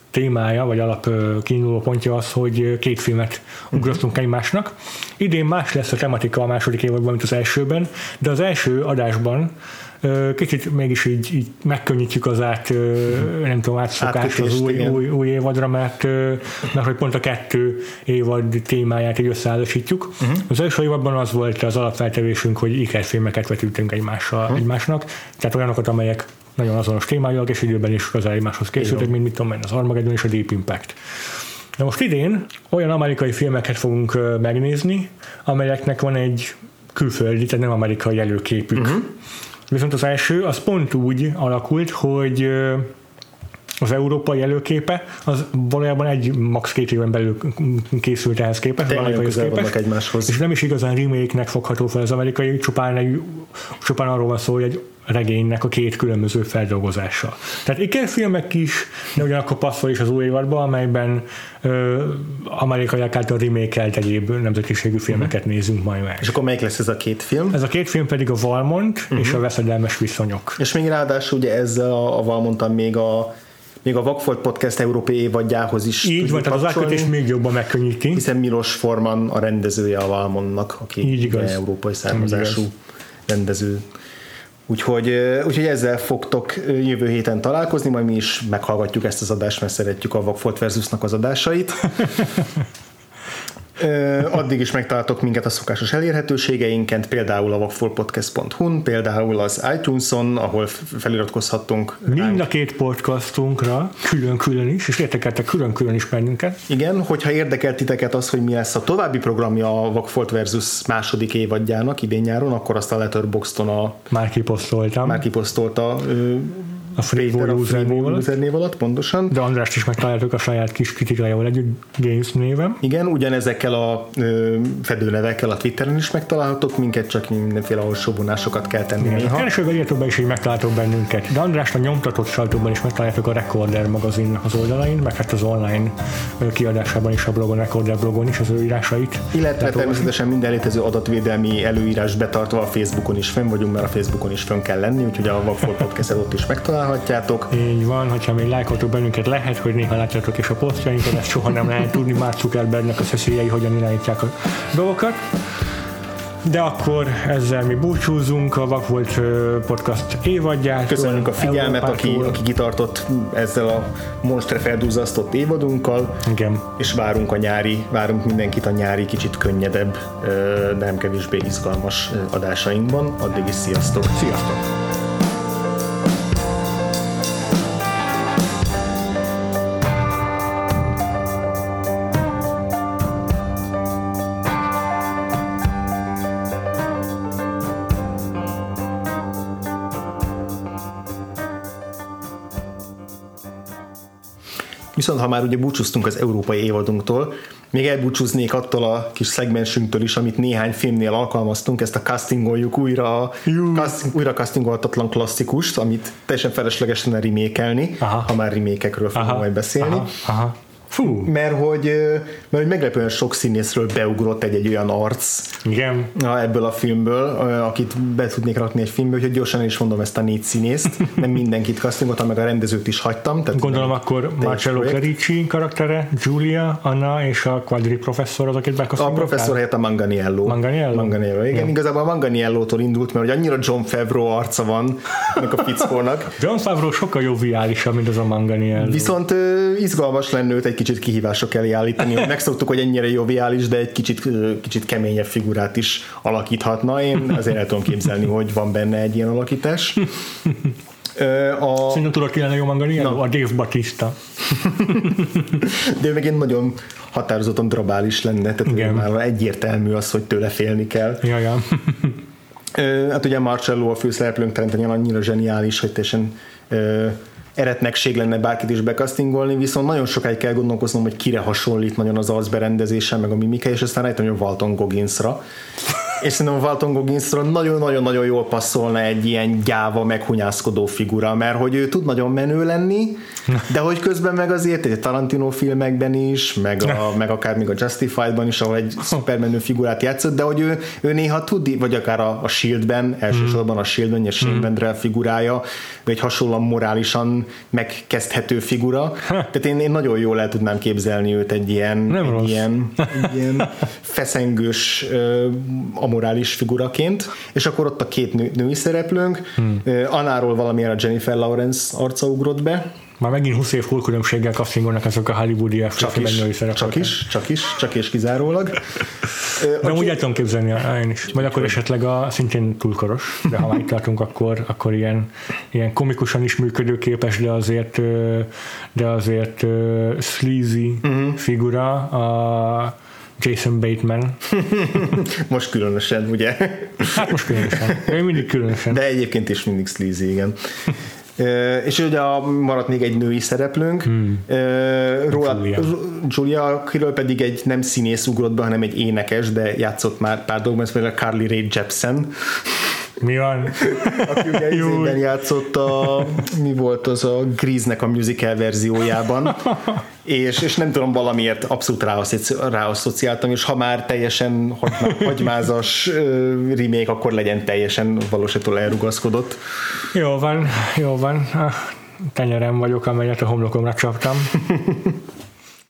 témája, vagy alap kiinduló pontja az, hogy két filmet ugrottunk egymásnak. Idén más lesz a tematika a második évadban, mint az elsőben, de az első adásban kicsit mégis így, így megkönnyítjük az át, nem tudom, átszokást az új, új, új évadra, mert, mert hogy pont a kettő évad témáját így összeállásítjuk. Uh-huh. Az első évadban az volt az alapfeltevésünk, hogy ikerfilmeket vetültünk egymással, uh-huh. egymásnak, tehát olyanokat, amelyek nagyon azonos témájúak, és időben is közel egymáshoz készültek, mint mit tudom én, az Armageddon és a Deep Impact. De most idén olyan amerikai filmeket fogunk megnézni, amelyeknek van egy külföldi, tehát nem amerikai előképük. Uh-huh. Viszont az első, az pont úgy alakult, hogy az európai előképe, az valójában egy max két éven belül készült ehhez képest, az amerikaihoz képest, egymáshoz. És nem is igazán remake-nek fogható fel az amerikai, csupán, egy, csupán arról van szó, hogy egy regénynek a két különböző feldolgozása. Tehát ikerfilmek is, de ugyanakkor passzol is az új évadba, amelyben ö, amerikaiak által remake-elt egyéb nemzetiségű filmeket uh-huh. nézünk majd meg. És akkor melyik lesz ez a két film? Ez a két film pedig a Valmont uh-huh. és a Veszedelmes viszonyok. És még ráadásul ugye ezzel a, a Valmontan még a még a Vagfolt Podcast európai évadjához is így van, tehát az átkötés még jobban megkönnyíti. Hiszen Milos Forman a rendezője a Valmontnak, aki európai származású rendező. Úgyhogy, úgyhogy ezzel fogtok jövő héten találkozni, majd mi is meghallgatjuk ezt az adást, mert szeretjük a Vagfolt versusnak az adásait. Addig is megtaláltok minket a szokásos elérhetőségeinket, például a vagfoltpodcast pont hu-n, például az iTunes-on, ahol feliratkozhattunk. Mind a két podcastunkra, külön-külön is, és érdekeltek külön-külön is bennünket. Igen, hogyha érdekelt titeket az, hogy mi lesz a további programja a Vagfolt versus második évadjának idén nyáron, akkor azt a Letterboxdon a... Már kiposztoltam. Már kiposztolta a Freevo usernév alatt, pontosan. De Andrást is megtaláltuk a saját kis kritikájával együtt, Games néven. Igen, ugyanezekkel a ö, fedőnevekkel a Twitteren is megtalálhatok minket, csak mindenféle alsóbunásokat kell tenni igen, néha. A keresőben írtóban is így megtaláltok bennünket, de Andrást a nyomtatott sajtóban is megtaláltok a Recorder magazinnak az oldalain, meg hát az online kiadásában is a blogon, Recorder blogon is az ő írásait. Illetve természetesen minden létező adatvédelmi előírás betartva a Facebookon is fenn vagyunk, mert a Facebookon is fönn kell lenni, úgyhogy a Vagfolt Podcastet ott is megtalálhatjátok. Így van, hogyha még lájkoltok bennünket, lehet, hogy néha látjátok és a posztjainkat, ezt soha nem lehet tudni, Mark Zuckerbergnek a szeszélyei hogyan irányítják a dolgokat. De akkor ezzel mi búcsúzunk a Vagfolt Podcast évadját. Köszönjük a figyelmet, aki, aki kitartott ezzel a monstre felduzzasztott évadunkkal. Igen. És várunk a nyári, várunk mindenkit a nyári kicsit könnyedebb, de nem kevésbé izgalmas adásainkban. Addig is sziasztok! Sziasztok! Viszont ha már ugye búcsúztunk az európai évadunktól, még elbúcsúznék attól a kis szegmensünktől is, amit néhány filmnél alkalmaztunk, ezt a castingoljuk újra, casting, újra castingoltatlan klasszikust, amit teljesen felesleges lenne remékelni, ha már remékekről fogunk majd beszélni. Aha, aha. Fú. Mert hogy, mert hogy meglepően sok színészről beugrott egy-egy olyan arc. Igen. Ebből a filmből, akit be tudnék rakni egy filmbe, úgyhogy gyorsan is mondom ezt a négy színészt. Nem mindenkit castingoltam, meg a rendezőt is hagytam. Tehát gondolom akkor Marcello Clerici karaktere, Giulia, Anna és a Quadri professzor az, akit bekasztingoltál? A professzor helyett a Manganiello. Manganiello? Manganiello, igen. Ja. Igazából a Manganiellótól indult, mert hogy annyira John Favreau arca van ennek a fickónak. John Favreau sokkal joviálisabb, mint az a Manganiello. Viszont izgalmas lenne őt egy kicsit kihívások elé állítani. Megszoktuk, hogy ennyire joviális, de egy kicsit, kicsit keményebb figurát is alakíthatna. Én azért el tudom képzelni, hogy van benne egy ilyen alakítás. A... Szerintem tudok ki lenne jó Manganiello? A Dave Bautista. De megint nagyon határozottan drabális lenne, tehát már egyértelmű az, hogy tőle félni kell. Ja, ja. Hát ugye Marcello a főszereplőnk teremteni annyira zseniális, hogy teljesen eretnekség lenne bárkit is bekasztingolni, viszont nagyon sokáig kell gondolkoznom, hogy kire hasonlít nagyon az arcberendezése, meg a mimika, és aztán rájöttem, hogy a Walton Gogginsra. és szerintem a Walton Gogginsra nagyon-nagyon-nagyon jól passzolna egy ilyen gyáva, meghunyászkodó figura, mert hogy ő tud nagyon menő lenni, de hogy közben meg azért egy Tarantino filmekben is, meg, a, meg akár még a Justified-ban is, ahol egy szupermenő figurát játszott, de hogy ő, ő néha tud, vagy akár a, a Shieldben, elsősorban a Shieldben, a Shane Vendrell figurája, vagy egy hasonlóan morálisan megkezdhető figura. Tehát én, én nagyon jól el tudnám képzelni őt egy ilyen, egy ilyen, egy ilyen feszengős, amorális figuraként, és akkor ott a két nő, női szereplőnk, hmm. Annáról valamilyen a Jennifer Lawrence arca ugrott be. Már megint húsz év hulkülönbséggel castingolnak ezek a hollywoodi filmben női szereplők. Csak is, csak is, csak és kizárólag. De úgy el tudom képzelni én is. Vagy akkor esetleg a szintén túlkoros, de ha már itt tartunk, akkor, akkor ilyen, ilyen komikusan is működőképes, de azért de azért uh, sleazy uh-huh. figura a Jason Bateman. Most különösen, ugye? Hát most különösen. Én mindig különösen. De egyébként is mindig sleazy, igen. Uh, és ugye maradt még egy női szereplőnk, hmm. uh, Róla, Julia. Julia, akiről pedig egy nem színész ugrott be, hanem egy énekes, de játszott már pár dolgban, ez például Carly Rae Jepsen. Mi van? Aki ugye izében játszott a, mi volt az a Grease-nek a musical verziójában, és, és nem tudom, valamiért abszolút ráasszociáltam, és ha már teljesen hagymázas remake, akkor legyen teljesen valóságtól elrugaszkodott. Jó van, jó van. Tenyerem vagyok, amelyet a homlokomra csaptam.